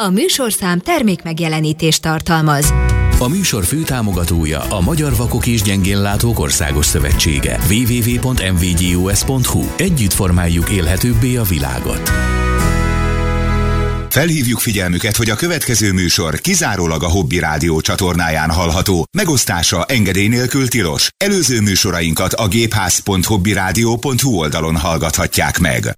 A műsorszám termékmegjelenítést tartalmaz. A műsor főtámogatója a Magyar Vakok és Gyengénlátók Országos Szövetsége. www.mvgus.hu. Együtt formáljuk élhetőbbé a világot. Felhívjuk figyelmüket, hogy a következő műsor kizárólag a Hobby Rádió csatornáján hallható. Megosztása engedély nélkül tilos. Előző műsorainkat a gépház.hobbyradio.hu oldalon hallgathatják meg.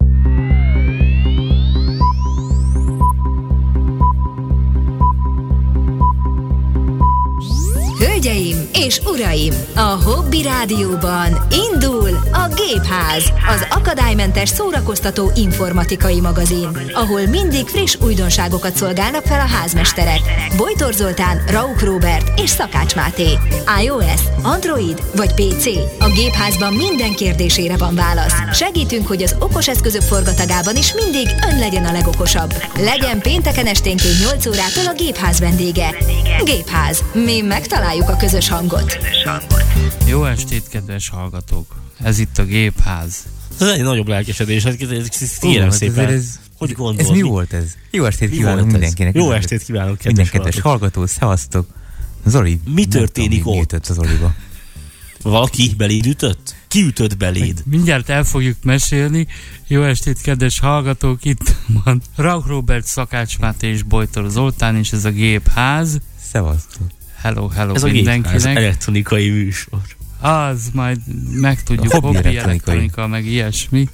Hölgyeim és uraim, a Hobby Rádióban indul a Gépház, az akadálymentes szórakoztató informatikai magazin, ahol mindig friss újdonságokat szolgálnak fel a házmesterek. Bojtor Zoltán, Rauch Róbert és Szakács Máté. iOS, Android vagy PC? A Gépházban minden kérdésére van válasz. Segítünk, hogy az okos eszközök forgatagában is mindig ön legyen a legokosabb. Legyen pénteken esténként 8 órától a Gépház vendége. Gépház. Mi megtaláljuk a közös hangot. Jó estét, kedves hallgatók! Ez itt a Gépház. Ez egy nagyobb lelkesedés, kérem szépen. Hogy gondolod? Ez mi volt ez? Jó estét kívánok mindenkinek. Jó estét kívánok, minden kedves hallgató, szevasztok. Zoli, mi történik ott? Ütött az Zoliba? Valaki beléd ütött? Ki ütött beléd? Mindjárt el fogjuk mesélni. Jó estét, kedves hallgatók! Itt van Rauch Róbert, Szakács Máté és Bojtor Zoltán, és ez a Gépház. Szevasztok. Hello ez mindenkinek. Ez elektronikai műsor. Az majd megtudjuk, hobby elektronika, meg ilyesmi.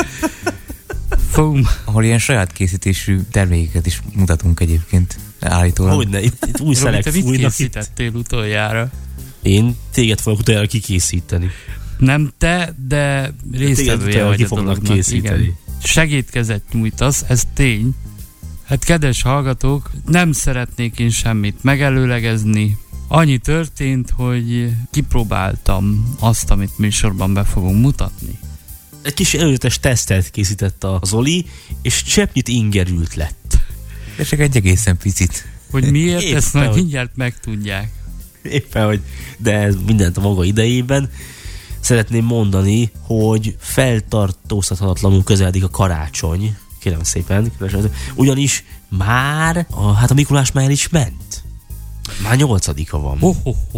Ahol ilyen saját készítésű termékeket is mutatunk egyébként állítólag. Hogyne, itt új szelek fújnak. Robi, te mit készítettél utoljára? Én téged fogok utoljára kikészíteni. Nem te, de résztvevője vagy a dolognak. Készíteni. Igen. Segítkezet nyújtasz, ez tény. Hát kedves hallgatók, nem szeretnék én semmit megelőlegezni. Annyi történt, hogy kipróbáltam azt, amit műsorban be fogunk mutatni. Egy kis előzetes tesztet készített a Zoli, és cseppnyit ingerült lett. De csak egy egészen picit. Hogy miért, éppen, ezt majd mindjárt megtudják. Éppen, hogy de ez mindent a maga idejében. Szeretném mondani, hogy feltartóztathatatlanul közeledik a karácsony. Kérem szépen. Ugyanis már a Mikulás már el is ment. Már 8-a van.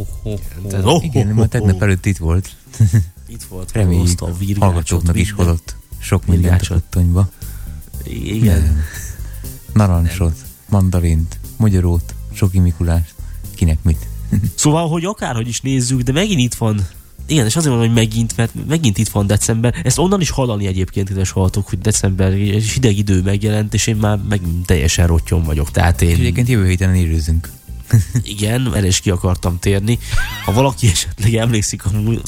Igen, ma tegnap előtt itt volt. Itt volt. Reméljük, a hallgatóknak is hozott sok mindent a kottonyba. Igen. Narancsot, mandarint, magyarót, soki Mikulást. Kinek mit? Szóval, hogy akárhogy is nézzük, de megint itt van. Igen, és azért mondom, hogy mert megint itt van december. Ezt onnan is hallani egyébként, kedves hallgatók, hogy december és hideg idő megjelent, és én már teljesen rottyon vagyok. Tehát én... Egyébként jövő héten élőzünk. Igen, erre is ki akartam térni. Ha valaki esetleg emlékszik a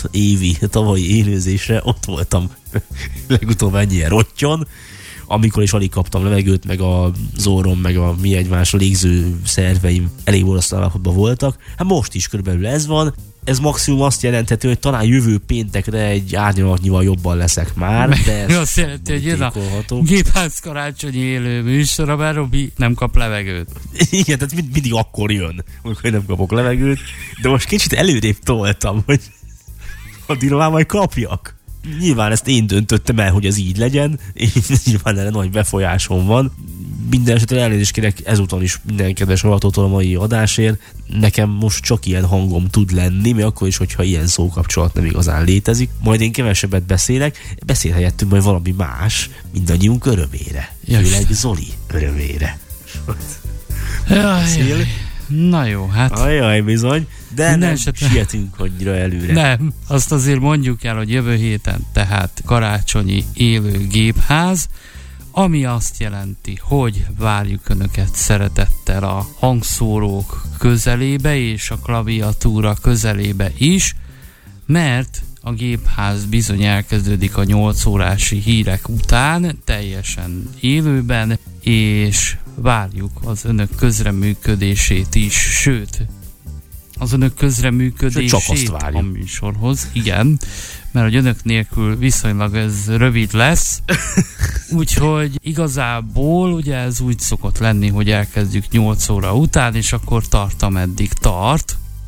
tavalyi élőzésre, ott voltam legutóbb ennyien rottyon, amikor is alig kaptam levegőt, meg az orrom, meg a mi egymás légző szerveim elég borzasztó állapotban voltak. Hát most is körülbelül ez van. Ez maximum azt jelenthető, hogy talán jövő péntekre egy árnyalatnyival jobban leszek már. De ez azt jelenti, hogy jön a Gépház karácsonyi élő műsora, mert Robi nem kap levegőt. Igen, tehát mindig akkor jön, amikor nem kapok levegőt. De most kicsit előrébb toltam, hogy addigra már majd kapjak. Nyilván ezt én döntöttem el, hogy ez így legyen, és nyilván erre nagy befolyásom van. Minden esetre elnézést kérek ezúton is minden kedves hallgatótól a mai adásért. Nekem most csak ilyen hangom tud lenni, mi akkor is, hogyha ilyen szókapcsolat nem igazán létezik. Majd én kevesebbet beszélhelyettünk majd valami más, mindannyiunk örömére. Főleg Zoli örömére. Na jó, hát... Ajaj, bizony. De nem sietünk annyira előre. Nem, azt azért mondjuk el, hogy jövő héten tehát karácsonyi élő Gépház, ami azt jelenti, hogy várjuk Önöket szeretettel a hangszórók közelébe és a klaviatúra közelébe is, mert a Gépház bizony elkezdődik a 8 órási hírek után, teljesen élőben, és várjuk az Önök közreműködését is, sőt, az Önök közreműködését a műsorhoz, igen, mert hogy Önök nélkül viszonylag ez rövid lesz, úgyhogy igazából ugye ez úgy szokott lenni, hogy elkezdjük 8 óra után, és akkor tart, ameddig tart,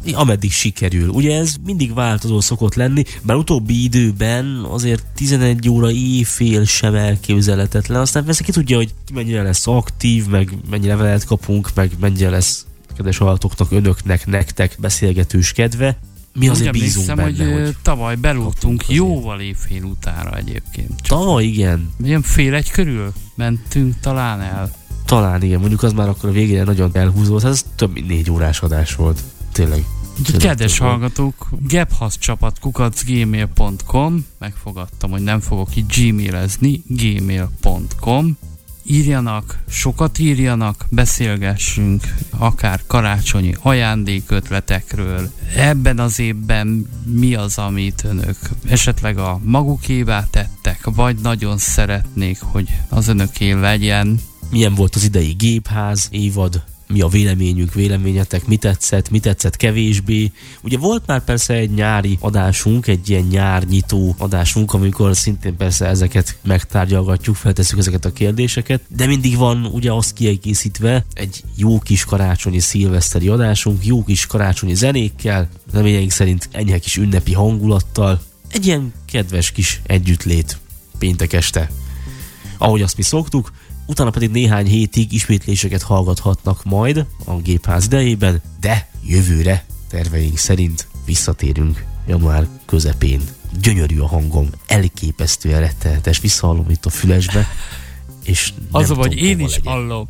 ameddig sikerül. Ugye ez mindig változó szokott lenni, bár utóbbi időben azért 11 óra éjfél sem elképzelhetetlen, aztán persze ki tudja, hogy mennyire lesz aktív, meg mennyire levelet kapunk, meg mennyire lesz kedves hallgatóknak, önöknek, nektek beszélgetős kedve. Mi azért bízunk benne, hogy tavaly belúgtunk jóval éjfél utára egyébként. Tavaly igen. Ilyen 12:30 körül mentünk talán el. Talán igen, mondjuk az már akkor a végére nagyon elhúzódott, ez több mint 4 órás adás volt. Tényleg. Kedves hallgatók, gebhaszcsapat@gmail.com, megfogadtam, hogy nem fogok itt gmailezni, gmail.com. Írjanak, sokat írjanak, beszélgessünk akár karácsonyi ajándékötletekről. Ebben az évben mi az, amit önök esetleg a magukévá tettek, vagy nagyon szeretnék, hogy az önöké legyen. Milyen volt az idei gépház évad? Mi a véleményetek, mi tetszett kevésbé. Ugye volt már persze egy nyári adásunk, egy ilyen nyárnyitó adásunk, amikor szintén persze ezeket megtárgyalgatjuk, feltesszük ezeket a kérdéseket, de mindig van ugye azt kiegészítve egy jó kis karácsonyi szilveszteri adásunk, jó kis karácsonyi zenékkel, reményeink szerint enyhe kis ünnepi hangulattal, egy ilyen kedves kis együttlét péntek este, ahogy azt mi szoktuk. Utána pedig néhány hétig ismétléseket hallgathatnak majd a gépház idejében, de jövőre terveink szerint visszatérünk január közepén. Gyönyörű a hangom, elképesztően rettenetes, visszahallom itt a fülesbe, és az vagy én is hallom.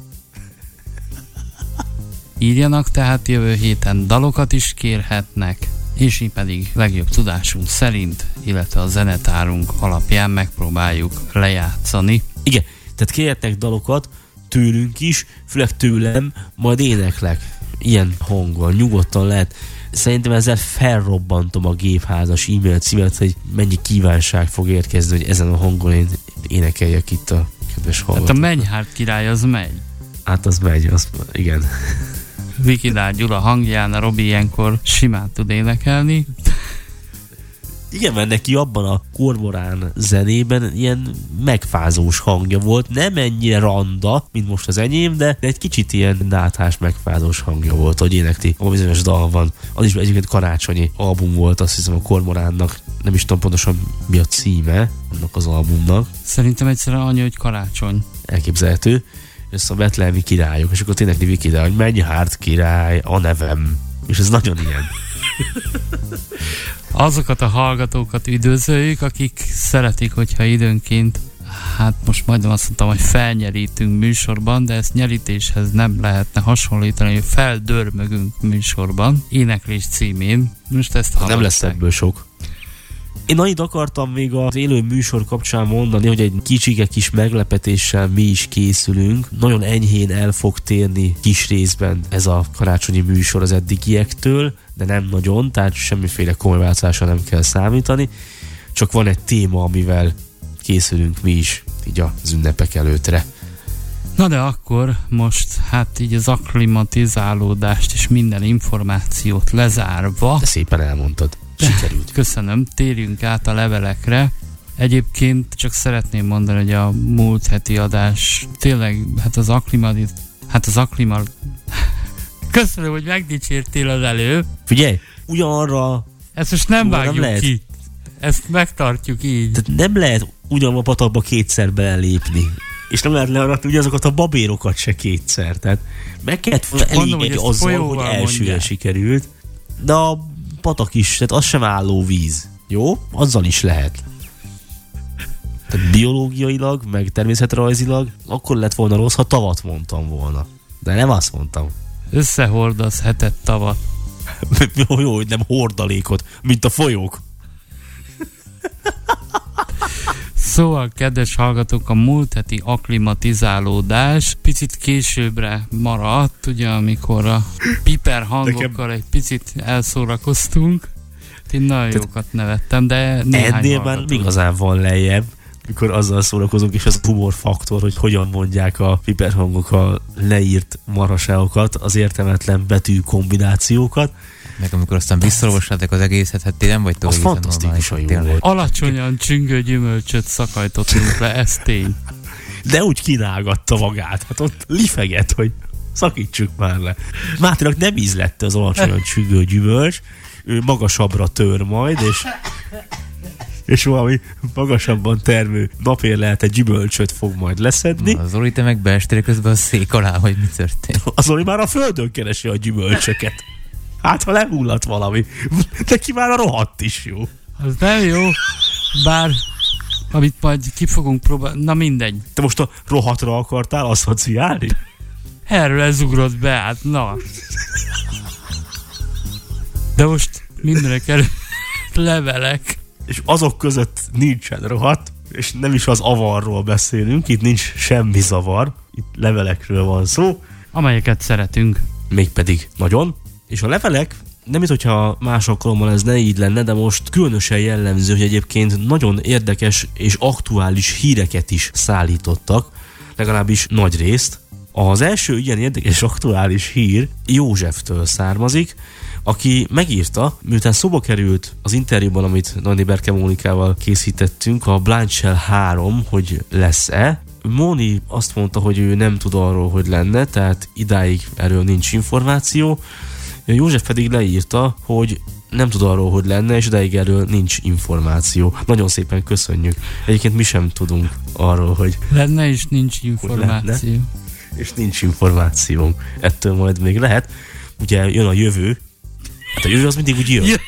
Írjanak, tehát jövő héten dalokat is kérhetnek, és mi pedig legjobb tudásunk szerint, illetve a zenetárunk alapján megpróbáljuk lejátszani. Igen. Tehát kérjetek dalokat tőlünk is, főleg tőlem, majd éneklek. Ilyen hanggal, nyugodtan lehet. Szerintem ezzel felrobbantom a gépházas e-mail címet, hogy mennyi kívánság fog érkezni, hogy ezen a hangon én énekeljek itt a kedves hallgatók. Hát a Mennyhárt király az megy. Hát az megy, az igen. Vikidár Gyula hangján a Robi ilyenkor simán tud énekelni. Igen, mert neki abban a Kormorán zenében ilyen megfázós hangja volt, nem ennyire randa, mint most az enyém, de egy kicsit ilyen náthás megfázós hangja volt, hogy énekli. A bizonyos dal van. Az is egyébként karácsonyi album volt, azt hiszem a Kormoránnak. Nem is tudom pontosan mi a címe annak az albumnak. Szerintem egyszerűen annyi, hogy karácsony. Elképzelhető. Ez a betlehemi királyok, és akkor énekli Vikidár, hogy Mennyhárt király, a nevem. És ez nagyon ilyen. Azokat a hallgatókat üdvözöljük, akik szeretik, hogyha időnként, hát most majdnem azt mondtam, hogy felnyerítünk műsorban, de ezt nyerítéshez nem lehetne hasonlítani, hogy feldörmögünk műsorban, éneklés címén. Most ezt hallották. Nem lesz ebből sok. Én annyit akartam még az élő műsor kapcsán mondani, hogy egy kicsike kis meglepetéssel mi is készülünk. Nagyon enyhén el fog térni kis részben ez a karácsonyi műsor az eddigiektől, de nem nagyon, tehát semmiféle komoly változásra nem kell számítani. Csak van egy téma, amivel készülünk mi is így az ünnepek előttre. Na de akkor most hát így az akklimatizálódást és minden információt lezárva. De szépen elmondtad. Sikerült. Köszönöm, térjünk át a levelekre. Egyébként csak szeretném mondani, hogy a múlt heti adás tényleg, Köszönöm, hogy megdicsértél az előbb. Figyelj, ugyanarra... Ezt most nem vágjuk ki. Ezt megtartjuk így. Tehát nem lehet ugyanabba a patakba kétszer belelépni. És nem lehet learatni ugyanazokat a babérokat se kétszer. Tehát meg kellett elégedni azzal, hogy elsőre sikerült. De a patak is, tehát az sem álló víz. Jó? Azzal is lehet. Tehát biológiailag, meg természetrajzilag akkor lett volna rossz, ha tavat mondtam volna. De nem azt mondtam. Összehordasz hetet tavat. Jó, hogy nem hordalékot, mint a folyók. Szóval, kedves hallgatók, a múlt heti akklimatizálódás picit későbbre maradt, ugye, amikor a piper hangokkal egy picit elszórakoztunk. Én nagyon jókat nevettem, de néhány ennél már igazán van lejjebb, mikor azzal szórakozunk, és az humorfaktor, hogy hogyan mondják a piper hangok a leírt maraságokat, az értelmetlen betű kombinációkat. Meg amikor aztán visszaolvassátok az egészet, hát ti nem vagytok egészen fantasztikusan jó volt. Alacsonyan csüngő gyümölcsöt szakajtottunk le, ez tény. De úgy kínálgatta magát, hát ott lifeget, hogy Szakítsuk már le. Máténak nem ízlett az alacsonyan csüggő gyümölcs, ő magasabbra tör majd, és valami magasabban termő napérlelhetett gyümölcsöt fog majd leszedni. Az Zoli, te meg beestél közben a szék alá, hogy mi történt. Az Zoli már a földön keresi a gyümölcsöket. Hát, ha lehullott valami. Neki már a rohadt is jó. Az nem jó, bár amit majd ki fogunk próbálni, na mindegy. Te most a rohatra akartál asszociálni? Erről ez ugrott be, hát na. De most mindenek előtt levelek. És azok között nincsen rohadt, és nem is az avarról beszélünk, itt nincs semmi zavar, itt levelekről van szó. Amelyeket szeretünk. Mégpedig nagyon. És a levelek, nem itt, hogyha más alkalommal ez ne így lenne, de most különösen jellemző, hogy egyébként nagyon érdekes és aktuális híreket is szállítottak, legalábbis nagy részt. Az első ilyen érdekes aktuális hír Józseftől származik, aki megírta, miután szóba került az interjúban, amit Nagy Berke Mónikával készítettünk, a Blind Shell 3, hogy lesz-e. Móni azt mondta, hogy ő nem tud arról, hogy lenne, tehát idáig erről nincs információ. József pedig leírta, hogy nem tud arról, hogy lenne, és idáig erről nincs információ. Nagyon szépen köszönjük. Egyébként mi sem tudunk arról, hogy lenne és nincs információ. Lenne, és nincs információnk. Ettől majd még lehet. Ugye jön a jövő. Hát a jövő az mindig úgy jön. Ja.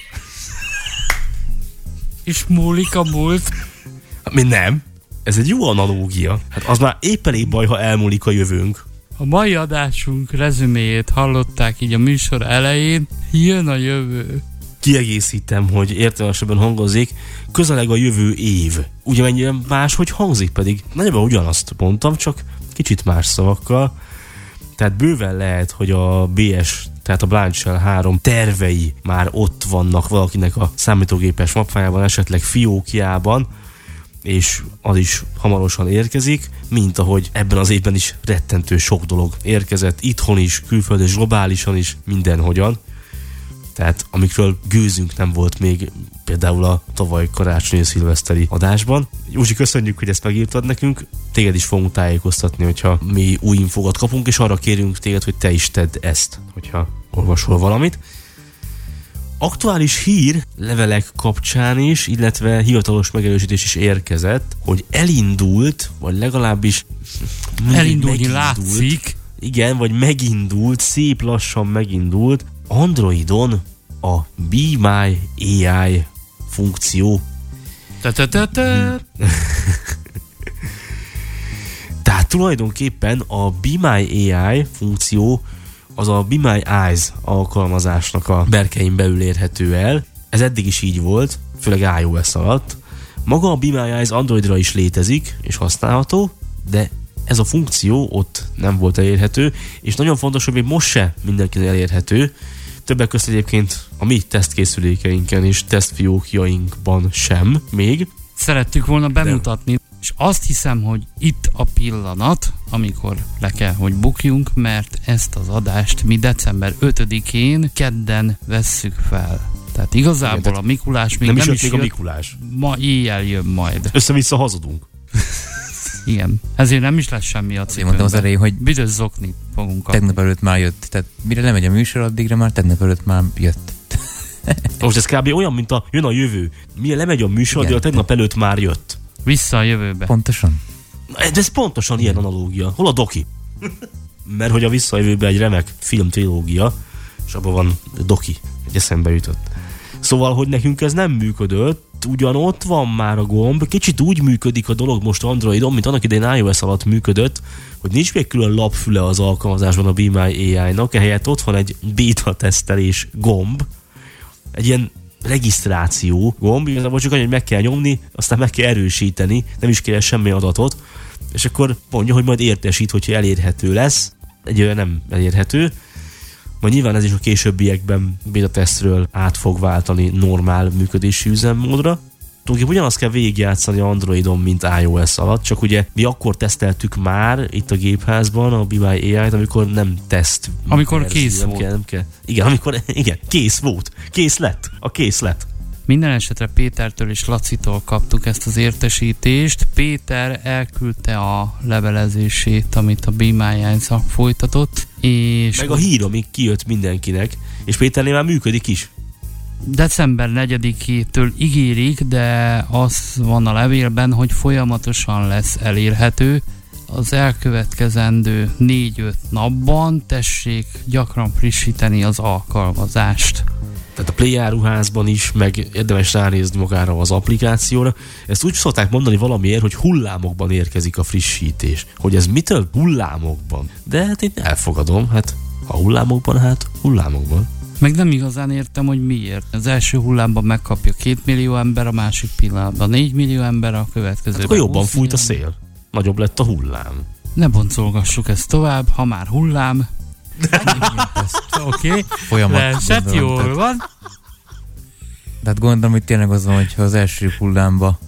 És múlik a múlt. Mi nem. Ez egy jó analógia. Hát az már épp elég baj, ha elmúlik a jövőnk. A mai adásunk rezüméjét hallották így a műsor elején. Jön a jövő. Kiegészítem, hogy értelmesebben hangozik, közeleg a jövő év. Ugye mennyire máshogy hangzik, pedig nagyjából ugyanazt mondtam, csak kicsit más szavakkal. Tehát bőven lehet, hogy a BS, tehát a Blind Shell 3 tervei már ott vannak valakinek a számítógépes mapfájában, esetleg fiókjában, és az is hamarosan érkezik, mint ahogy ebben az évben is rettentő sok dolog érkezett, itthon is, külföldön és globálisan is, mindenhogyan. Tehát amikről gőzünk nem volt még például a tavaly karácsonyi szilveszteri adásban. Józsi, köszönjük, hogy ezt megírtad nekünk. Téged is fogunk tájékoztatni, hogyha mi új infókat kapunk, és arra kérünk téged, hogy te is tedd ezt, hogyha olvasol valamit. Aktuális hír levelek kapcsán is, illetve hivatalos megerősítés is érkezett, hogy elindult, vagy legalábbis elindulni látszik. Igen, vagy megindult, szép lassan megindult Androidon a Be My AI funkció. Tehát tulajdonképpen a Be My AI funkció az a Be My Eyes alkalmazásnak a berkein belül érhető el. Ez eddig is így volt, főleg iOS alatt. Maga a Be My Eyes Androidra is létezik és használható, de ez a funkció ott nem volt elérhető, és nagyon fontos, hogy még most se mindenkinek elérhető. Többek között egyébként a mi tesztkészülékeinken és tesztfiókjainkban sem még. Szerettük volna bemutatni, és azt hiszem, hogy itt a pillanat, amikor le kell, hogy bukjunk, mert ezt az adást mi december 5-én kedden vesszük fel. Tehát igazából a Mikulás még nem is jött, a Mikulás. Ma éjjel jön majd. Össze-vissza hazudunk. Igen. Ezért nem is lesz semmi a cipőben. Mondtam az elején, hogy büdös zoknit fogunk kapni. Tegnap előtt már jött. Tehát mire lemegy a műsor, addigra már tegnap előtt már jött. Most ez kb. Olyan, mint jön a jövő. Mire lemegy a műsor, de a tegnap előtt már jött. Vissza a jövőbe. Pontosan. De ez pontosan ilyen analógia. Hol a doki? Mert hogy a Vissza a jövőbe egy remek filmtrilógia, és abban van doki. Egy eszembe jutott. Szóval, hogy nekünk ez nem működött, ugyan ott van már a gomb, kicsit úgy működik a dolog most Androidon, mint annak idején iOS alatt működött, hogy nincs még külön lapfüle az alkalmazásban a Be My AI-nak, ehelyett ott van egy beta tesztelés gomb, egy ilyen regisztráció gomb, igazából csak annyi, hogy meg kell nyomni, aztán meg kell erősíteni, nem is kér semmi adatot, és akkor mondja, hogy majd értesít, hogyha elérhető lesz, egyébként nem elérhető, majd nyilván ez is a későbbiekben beta tesztről át fog váltani normál működési üzemmódra. Tulajdonképpen ugyanazt kell végigjátszani Androidon, mint iOS alatt, csak ugye mi akkor teszteltük már itt a gépházban a Be My AI-t, amikor nem teszt. Amikor kész volt. Nem kell. Igen, amikor kész volt. Kész lett. A kész lett. Minden esetre Pétertől és Lacitól kaptuk ezt az értesítést. Péter elküldte a levelezését, amit a Be My Eyes-ak folytatott, és... Meg a hír, amíg kijött mindenkinek, és Péternél már működik is. December 4-től ígérik, de az van a levélben, hogy folyamatosan lesz elérhető. Az elkövetkezendő 4-5 napban tessék gyakran frissíteni az alkalmazást. Tehát a Play áruházban is, meg érdemes ránézni magára az applikációra. Ezt úgy szokták mondani valamiért, hogy hullámokban érkezik a frissítés. Hogy ez mitől hullámokban? De hát én elfogadom, hát ha hullámokban, hát hullámokban. Meg nem igazán értem, hogy miért. Az első hullámban megkapja 2 millió ember, a másik pillanatban 4 millió ember, a következőben hát akkor jobban fújt a szél. Nagyobb lett a hullám. Ne boncolgassuk ezt tovább, ha már hullám. Oké, leesett, jól van. Tehát gondolom, hogy tényleg az van, hogyha az első hullámba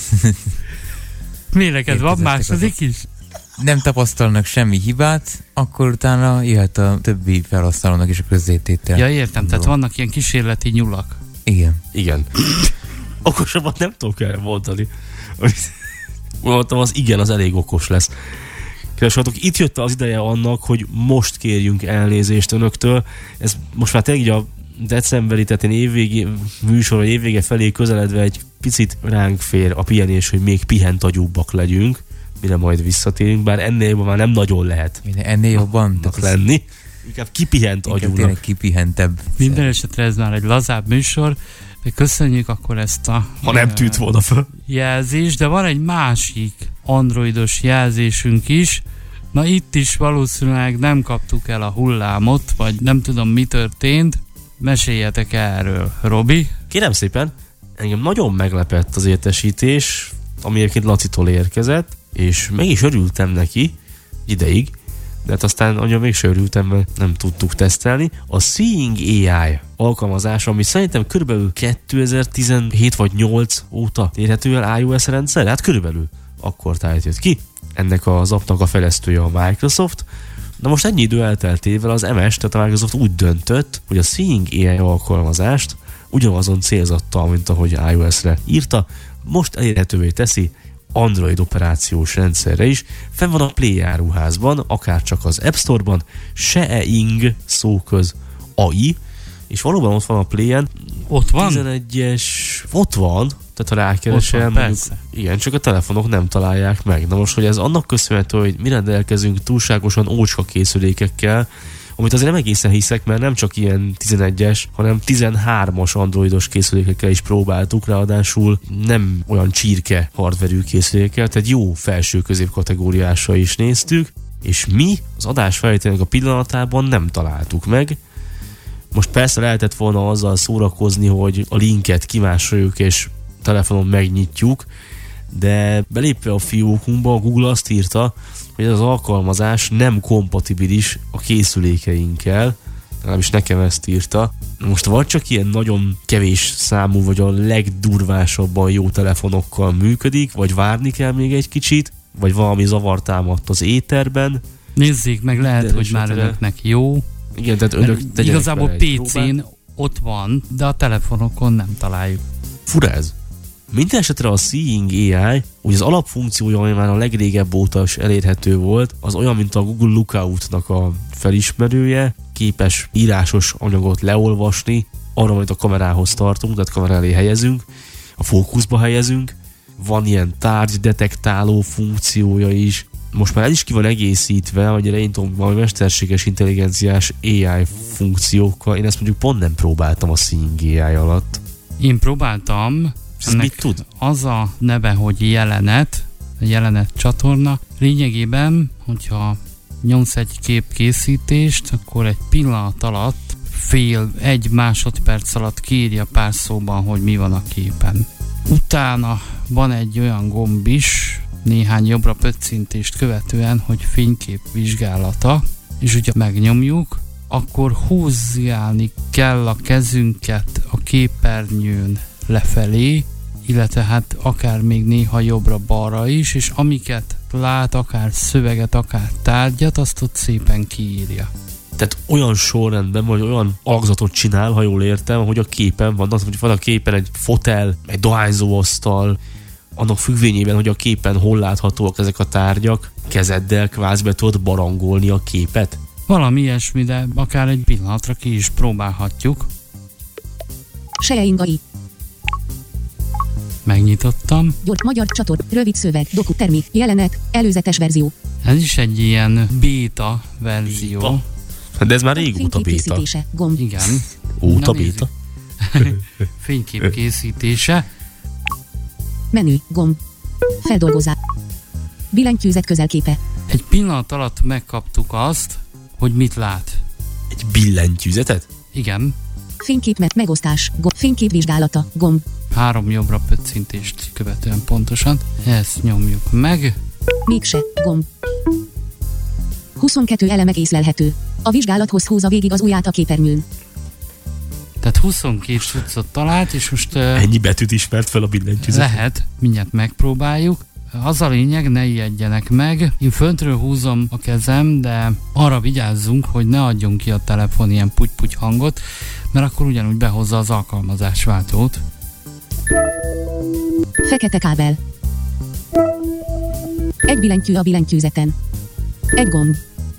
mi neked van második is? Nem tapasztalnak semmi hibát, akkor utána jöhet a többi felhasználónak is a közzététel. Ja, értem, tehát vannak ilyen kísérleti nyulak. Igen. Okosabbat nem tudok erre mondani. Mondtam, az igen, az elég okos lesz. Kereshatok, itt jött az ideje annak, hogy most kérjünk elnézést önöktől. Ez most már tényleg a decemberi, tehát évvégi műsor, vagy évvége felé közeledve egy picit ránk fér a pihenés, hogy még pihentagyúbbak legyünk, mire majd visszatérünk, bár ennél jobban már nem nagyon lehet. Ennél jobban lenni. Inkább kipihent agyúnak. Tényleg kipihentebb. Minden esetre ez már egy lazább műsor, de köszönjük akkor ezt a... Ha nem tűnt volna fel. Jelzést, de van egy másik androidos jelzésünk is. Na itt is valószínűleg nem kaptuk el a hullámot, vagy nem tudom mi történt. Meséljetek erről, Robi. Kérem szépen, engem nagyon meglepett az értesítés, ami egyébként Lacitól érkezett, és meg is örültem neki ideig, de hát aztán nagyon mégsem örültem, mert nem tudtuk tesztelni. A Seeing AI alkalmazás, ami szerintem körülbelül 2017 vagy 8 óta érhető el iOS rendszer, hát körülbelül akkor jött ki. Ennek az appnak a fejlesztője a Microsoft. Na most ennyi idő elteltével az MS, tehát a Microsoft úgy döntött, hogy a Seeing AI alkalmazást ugyanazon célzattal, mint ahogy iOS-re írta, most elérhetővé teszi Android operációs rendszerre is. Fenn van a Play áruházban, akár csak az App Store-ban, Sheing szóköz AI, és valóban ott van a Play-en. Ott van? 11-es, ott van, tehát ha rákeresel, igen, csak a telefonok nem találják meg. Na most, hogy ez annak köszönhető, hogy mi rendelkezünk túlságosan ócska készülékekkel, amit azért nem egészen hiszek, mert nem csak ilyen 11-es, hanem 13-as androidos készülékekkel is próbáltuk, ráadásul nem olyan csirke hardverű készülékekkel, tehát jó felső-közép kategóriásra is néztük, és mi az adás felvételének a pillanatában nem találtuk meg. Most persze lehetett volna azzal szórakozni, hogy a linket kimásoljuk és telefonon megnyitjuk, de belépve a fiókunkba a Google azt írta, hogy ez az alkalmazás nem kompatibilis a készülékeinkkel, legalábbis nekem ezt írta. Most vagy csak ilyen nagyon kevés számú, vagy a legdurvásabban jó telefonokkal működik, vagy várni kell még egy kicsit, vagy valami zavar támadt az éterben. Nézzék meg, lehet, hogy már önöknek jó. Igen, tehát önök igazából PC-n ott van, de a telefonokon nem találjuk. Fura ez. Minden esetre a Seeing AI, úgy az alapfunkciója, ami már a legrégebb óta is elérhető volt, az olyan, mint a Google Lookout-nak a felismerője, képes írásos anyagot leolvasni, arra, amit a kamerához tartunk, tehát kamera elé helyezünk, a fókuszba helyezünk, van ilyen tárgydetektáló funkciója is. Most már ez is ki van egészítve, hogy én tudom, valami mesterséges intelligenciás AI funkciókkal. Én ezt mondjuk pont nem próbáltam a Seeing AI alatt. Én próbáltam. Mit tud? Az a neve, hogy jelenet csatorna. Lényegében, hogyha nyomsz egy képkészítést, akkor egy pillanat alatt, egy másodperc alatt kiírja pár szóban, hogy mi van a képen. Utána van egy olyan gomb is, néhány jobbra pöccintést követően, hogy fénykép vizsgálata, és ugye megnyomjuk, akkor húzzálni kell a kezünket a képernyőn lefelé, illetve hát akár még néha jobbra-balra is, és amiket lát, akár szöveget, akár tárgyat, azt ott szépen kiírja. Tehát olyan sorrendben, vagy olyan alakzatot csinál, ha jól értem, hogy a képen van, az, hogy van a képen egy fotel, egy dohányzóasztal, annak függvényében, hogy a képen hol láthatóak ezek a tárgyak, kezeddel kvázi be tudod barangolni a képet. Valami ilyesmi, de akár egy pillanatra ki is próbálhatjuk. Sejeingai. Megnyitottam. Magyar csatorn, rövid szöveg, doku, termék, jelenet, előzetes verzió. Ez is egy ilyen béta verzió. Béta? De ez már régóta béta. Fényképkészítése, gomb. Igen. Óta Na, béta? Fényképkészítése. Menü, gomb. Feldolgozás. Billentyűzet közelképe. Egy pillanat alatt megkaptuk azt, hogy mit lát. Egy billentyűzetet? Igen. Fénykép megosztás, gomb. Fénykép vizsgálata, gomb. 3 jobbra pöccintést követően pontosan. Ezt nyomjuk meg. Mégse, gomb. 22 elemek észlelhető. A vizsgálathoz húzza végig az ujját a képernyőn. Tehát 22 cuccot talált, és most... Ennyi betűt ismert fel a billentyűzet. Lehet, mindjárt megpróbáljuk. Az a lényeg, ne ijedjenek meg. Én föntről húzom a kezem, de arra vigyázzunk, hogy ne adjon ki a telefon ilyen puty-puty hangot, mert akkor ugyanúgy behozza az alkalmazásváltót. Fekete kábel. Egy billentyű a billentyűzeten. Egy gomb.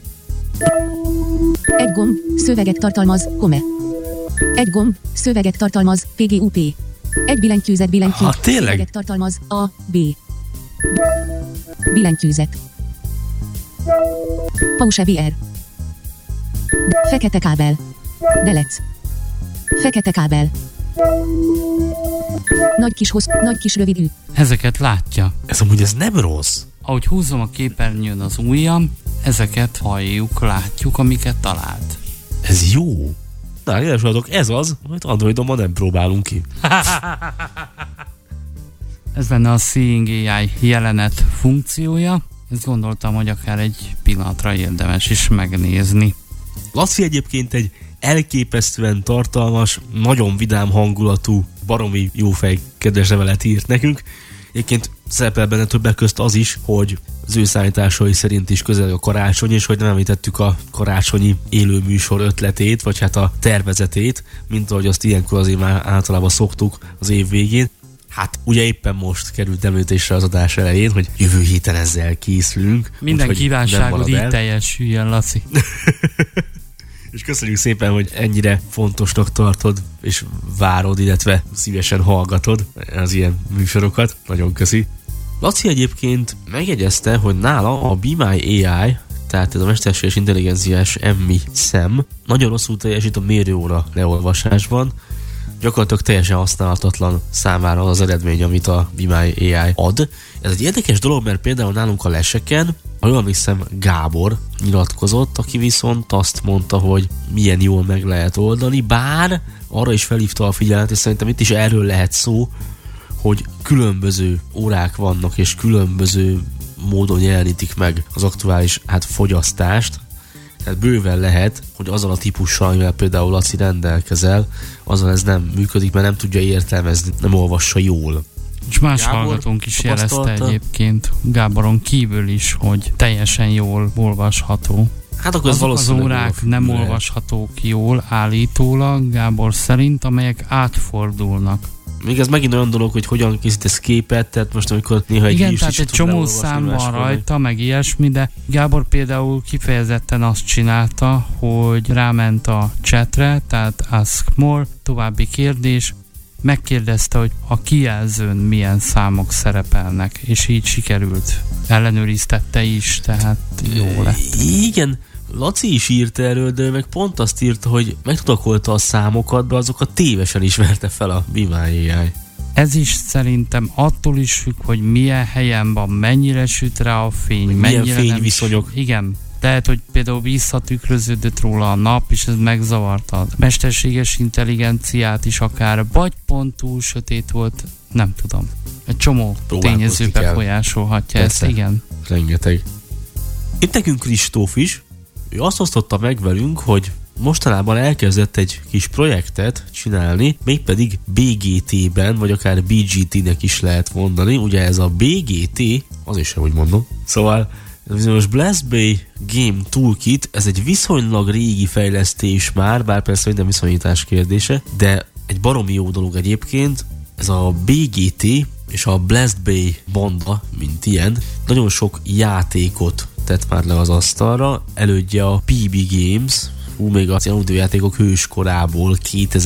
Egy gomb, szöveget tartalmaz, kome. Egy gomb, szöveget tartalmaz, PGUP. Egy billentyűzet, szöveget tartalmaz, A, B. Billentyűzet. Pause BR. Fekete kábel. Delec. Fekete kábel. Nagy kis rövid ű. Ezeket látja. Ez amúgy ez nem rossz. Ahogy húzom a képernyőn az ujjam, ezeket halljuk, látjuk, amiket talált. Ez jó. Na, édesadatok, ez az, amit Androidon ma nem próbálunk ki. Ez lenne a Seeing AI jelenet funkciója. Ezt gondoltam, hogy akár egy pillanatra érdemes is megnézni. Laci egyébként egy elképesztően tartalmas, nagyon vidám hangulatú, baromi jófej kedves levelet írt nekünk. Egyébként szerepel benne többek közt az is, hogy az ő szállításai szerint is közel a karácsony, és hogy nem említettük a karácsonyi élőműsor ötletét, vagy hát a tervezetét, mint ahogy azt ilyenkor azért már általában szoktuk az év végén. Hát ugye éppen most került említésre az adás elején, hogy jövő héten ezzel készülünk. Minden most, kívánságod így teljesüljön, Laci. És köszönjük szépen, hogy ennyire fontosnak tartod, és várod, illetve szívesen hallgatod az ilyen műsorokat. Nagyon köszi. Laci egyébként megjegyezte, hogy nála a Be My AI, tehát ez a mesterséges intelligenciás emmi szem nagyon rosszul teljesít a mérőóra leolvasásban. Gyakorlatilag teljesen használhatatlan számára az eredmény, amit a Be My AI ad. Ez egy érdekes dolog, mert például nálunk a leseken, ha jól emlékszem, Gábor nyilatkozott, aki viszont azt mondta, hogy milyen jól meg lehet oldani, bár arra is felhívta a figyelmet, és szerintem itt is erről lehet szó, hogy különböző órák vannak, és különböző módon jelenítik meg az aktuális fogyasztást. Tehát bőven lehet, hogy azzal a típussal, amivel például Laci rendelkezel, azzal ez nem működik, mert nem tudja értelmezni, nem olvassa jól. És más hallgatónk is jelezte egyébként Gáboron kívül is, hogy teljesen jól olvasható. Hát akkor azok az órák nem olvashatók jól állítólag Gábor szerint, amelyek átfordulnak. Még ez megint olyan dolog, hogy hogyan készítesz képet, tehát most amikor néha egy igen, tehát egy csomó szám van rajta, meg ilyesmi, de Gábor például kifejezetten azt csinálta, hogy ráment a chatre, tehát ask more, további kérdés, megkérdezte, hogy a kijelzőn milyen számok szerepelnek, és így sikerült. Ellenőriztette is, tehát jó lett. Igen, Laci is írt erről, de meg pont azt írta, hogy megtudakolta a számokat, de azokat tévesen ismerte fel a Be My AI. Ez is szerintem attól is függ, hogy milyen helyen van, mennyire süt rá a fény, mennyire fényviszonyok. Igen. Lehet, hogy például visszatükröződött róla a nap, és ez megzavarta a mesterséges intelligenciát is akár, vagy pont túl sötét volt, nem tudom. Egy csomó tényező befolyásolhatja ezt, igen. Rengeteg. Itt nekünk Kristóf is, ő azt osztotta meg velünk, hogy mostanában elkezdett egy kis projektet csinálni, mégpedig BGT-ben, vagy akár BGT-nek is lehet mondani. Ugye ez a BGT, az is sem úgy mondom. Szóval Ez bizonyos Blast Bay Game Toolkit, ez egy viszonylag régi fejlesztés már, bár persze minden viszonyítás kérdése, de egy baromi jó dolog egyébként. Ez a BGT és a Blast Bay banda, mint ilyen, nagyon sok játékot tett már le az asztalra. Elődje a PB Games, még az audiójátékok hőskorából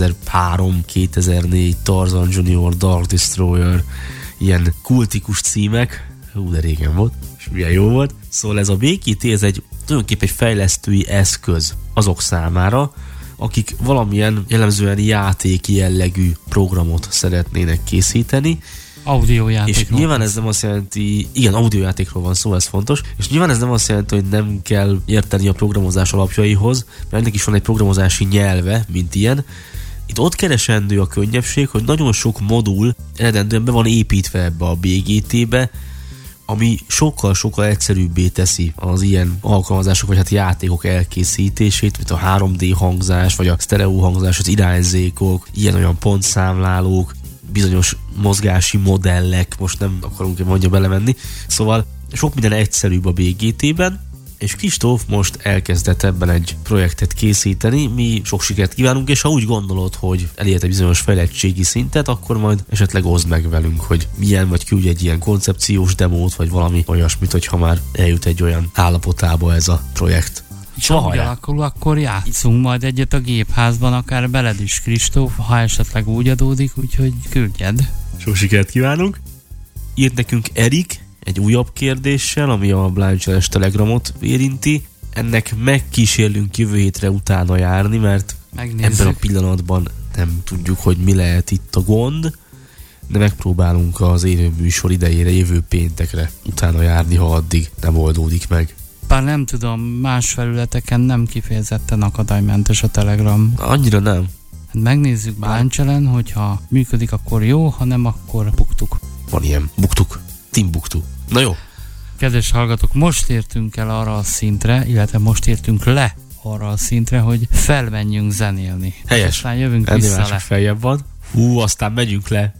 2003-2004 Tarzan Junior, Dark Destroyer, ilyen kultikus címek. De régen volt, és milyen jó volt. Szóval ez a BGT, ez egy tulajdonképpen egy fejlesztői eszköz azok számára, akik valamilyen jellemzően játéki jellegű programot szeretnének készíteni. Audiojátékról. És nyilván ez nem azt jelenti, igen, audiojátékról van szó, ez fontos, és nyilván ez nem azt jelenti, hogy nem kell érteni a programozás alapjaihoz, mert ennek is van egy programozási nyelve, mint ilyen. Itt ott keresendő a könnyebbség, hogy nagyon sok modul eredendően be van építve ebbe a BGT-be, ami sokkal-sokkal egyszerűbbé teszi az ilyen alkalmazások, vagy hát játékok elkészítését, mint a 3D hangzás, vagy a sztereó hangzás, az irányzékok, ilyen-olyan pontszámlálók, bizonyos mozgási modellek, most nem akarunk mondja belemenni. Szóval sok minden egyszerűbb a BGT-ben, és Kristóf most elkezdett ebben egy projektet készíteni, mi sok sikert kívánunk, és ha úgy gondolod, hogy elérte bizonyos fejlettségi szintet, akkor majd esetleg oszd meg velünk, hogy milyen, vagy küldj egy ilyen koncepciós demót, vagy valami olyasmit, hogyha már eljut egy olyan állapotába ez a projekt. Ha úgy alakul, akkor játszunk majd egyet a gépházban, akár beled is, Kristóf, ha esetleg úgy adódik, úgyhogy küldjed. Sok sikert kívánunk! Írt nekünk Erik egy újabb kérdéssel, ami a Blind Challenge Telegramot érinti. Ennek megkísérlünk jövő hétre utána járni, mert ebben a pillanatban nem tudjuk, hogy mi lehet itt a gond, de megpróbálunk az élő műsor idejére, jövő péntekre utána járni, ha addig nem oldódik meg. Bár nem tudom, más felületeken nem kifejezetten akadálymentes a Telegram. Annyira nem. Hát megnézzük Blind Challenge, hogyha működik, akkor jó, ha nem, akkor buktuk. Van ilyen, buktuk. Timbuktu. Na jó. Kedves hallgatók, most értünk el arra a szintre, illetve most értünk le arra a szintre, hogy felmenjünk zenélni. Helyes. Aztán jövünk vissza le. Feljebb van. Aztán megyünk le.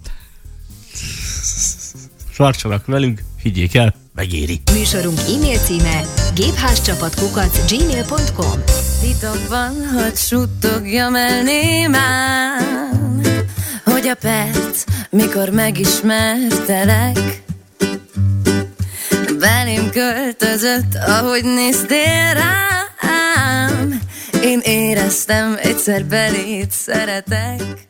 Tartsanak velünk, higgyék el, megéri. Műsorunk e-mail címe gépházcsapat@gmail.com. Titokban, hogy suttogjam el némán, hogy a perc, mikor megismertelek, belém költözött, ahogy néztél rám. Én éreztem, egyszer beléd szeretek.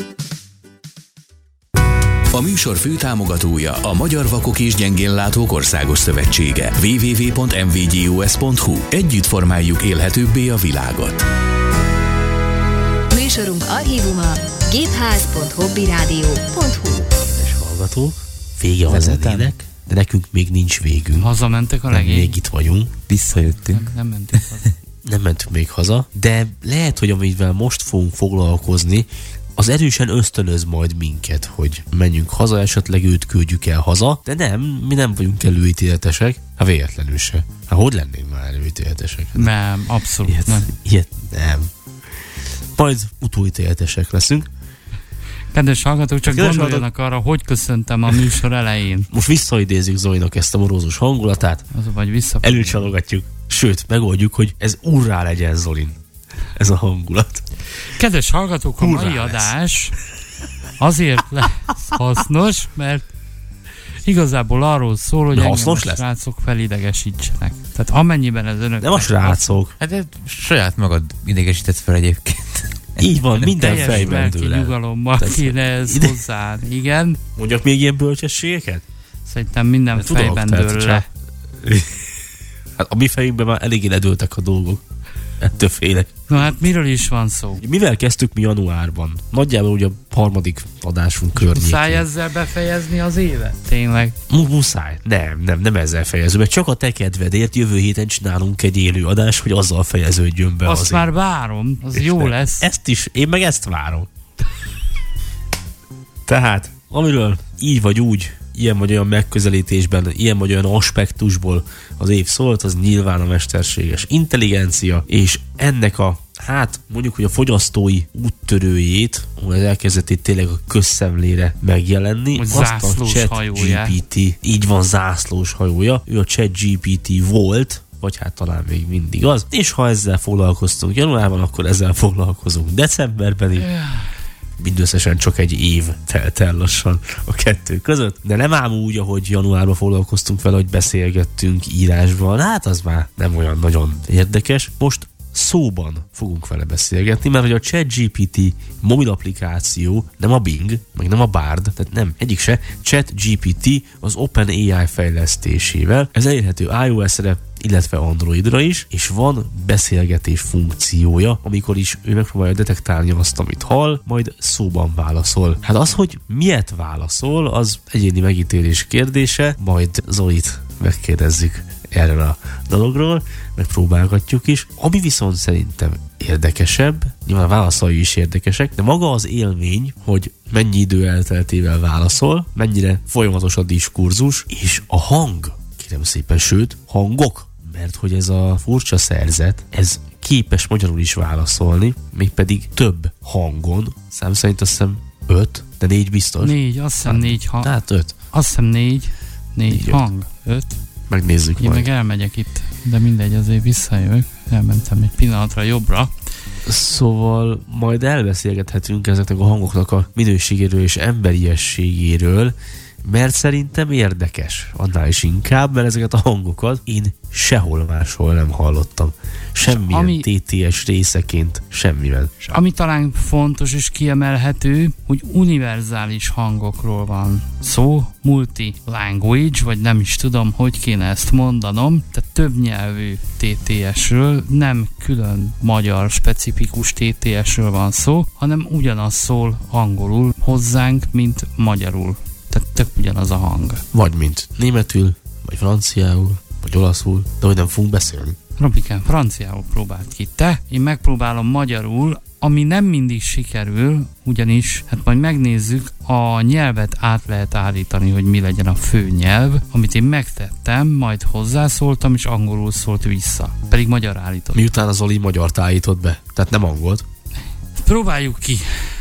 A műsor főtámogatója a Magyar Vakok és Gyengénlátók Országos Szövetsége. www.mvgus.hu. Együtt formáljuk élhetőbbé a világot. Műsorunk archívuma gépház.hobbyradio.hu. És hallgatók, vége a zenének, de nekünk még nincs végünk. Hazamentek a legény. Még itt vagyunk. Visszajöttünk. Nem mentünk haza. Nem mentünk még haza, de lehet, hogy amivel most fogunk foglalkozni, az erősen ösztönöz majd minket, hogy menjünk haza, esetleg őt küldjük el haza, de nem, mi nem vagyunk előítéletesek, hát véletlenül se. Hát hogy lennénk már előítéletesek? Nem, abszolút Ilyet nem. Majd utóítéletesek leszünk. Kedves hallgatók, csak gondoljanak arra, hogy köszöntem a műsor elején. Most visszaidézzük Zolinak ezt a morózus hangulatát. Előcsalogatjuk. Sőt, megoldjuk, hogy ez urrá legyen Zolin. Ez a hangulat. Kedves hallgatók, a mai adás azért lesz hasznos, mert igazából arról szól, hogy engem a srácok felidegesítsenek. Tehát amennyiben ez önök... Nem a srácok. Hát de saját magad idegesített fel egyébként. Így van, minden fejben tőle. Nyugalommal kéne ez hozzá. Igen. Mondjak még ilyen bölcsességeket? Szerintem minden hát fejben dől le. Hát a mi fejünkben már eléggé ledőltek a dolgok. Ettől félek. Na hát miről is van szó? Mivel kezdtük mi januárban? Nagyjából ugye a harmadik adásunk környékén. Muszáj ezzel befejezni az évet? Tényleg? Muszáj. Nem ezzel fejező, mert csak a te kedvedért jövő héten csinálunk egy élő adást, hogy azzal fejeződjön be. Azt már várom, az és jó lesz. Ezt is, én meg ezt várom. Tehát, amiről így vagy úgy, ilyen vagy olyan megközelítésben, ilyen vagy olyan aspektusból az év szólt, az nyilván a mesterséges intelligencia, és ennek a hát mondjuk, hogy a fogyasztói úttörőjét, hogy elkezdett itt tényleg a közszemlére megjelenni. Hogy zászlós hajója. ChatGPT, így van, zászlós hajója. Ő a ChatGPT volt, vagy hát talán még mindig az. És ha ezzel foglalkoztunk januárban, akkor ezzel foglalkozunk decemberben is. Mindösszesen csak egy év telt el lassan a kettő között. De nem ám úgy, ahogy januárban foglalkoztunk vele, hogy beszélgettünk írásban. Hát az már nem olyan nagyon érdekes. Most szóban fogunk vele beszélgetni, mert hogy a ChatGPT mobil applikáció nem a Bing, meg nem a Bard, tehát nem, egyik se, ChatGPT az OpenAI fejlesztésével. Ez elérhető iOS-re, illetve Androidra is, és van beszélgetés funkciója, amikor is ő megpróbálja detektálni azt, amit hall, majd szóban válaszol. Hát az, hogy miért válaszol, az egyéni megítélés kérdése, majd Zolit megkérdezzük erről a dologról, megpróbálgatjuk is. Ami viszont szerintem érdekesebb, nyilván a válaszai is érdekesek, de maga az élmény, hogy mennyi idő elteltével válaszol, mennyire folyamatos a diskurzus, és a hang, kérem szépen, sőt, hangok, mert hogy ez a furcsa szerzet, ez képes magyarul is válaszolni, mégpedig több hangon, szám szerint azt hiszem 5, de 4 biztos. 4, azt hiszem 4 hang. Tehát 5. Azt hiszem 4 hang, 5. Megnézzük Én majd. meg elmegyek itt, de mindegy, azért visszajövök. Elmentem egy pillanatra jobbra. Szóval majd elbeszélgethetünk ezeknek a hangoknak a minőségéről és emberiességéről, mert szerintem érdekes, annál is inkább, mert ezeket a hangokat én sehol máshol nem hallottam. Semmilyen TTS részeként, semmiben. Ami talán fontos és kiemelhető, hogy univerzális hangokról van szó, multi-language, vagy nem is tudom, hogy kéne ezt mondanom, tehát több nyelvű TTS-ről, nem külön magyar specifikus TTS-ről van szó, hanem ugyanaz szól angolul hozzánk, mint magyarul. Tehát tök ugyanaz a hang. Vagy mint németül, vagy franciául, vagy olaszul, de hogy nem fogunk beszélni. Robikán, franciául próbált ki te, én megpróbálom magyarul, ami nem mindig sikerül, ugyanis, hát majd megnézzük, a nyelvet át lehet állítani, hogy mi legyen a fő nyelv, amit én megtettem, majd hozzászóltam, és angolul szólt vissza. Pedig magyar állított. Miután az Oli magyart állított be, tehát nem angolt. Próbáljuk ki.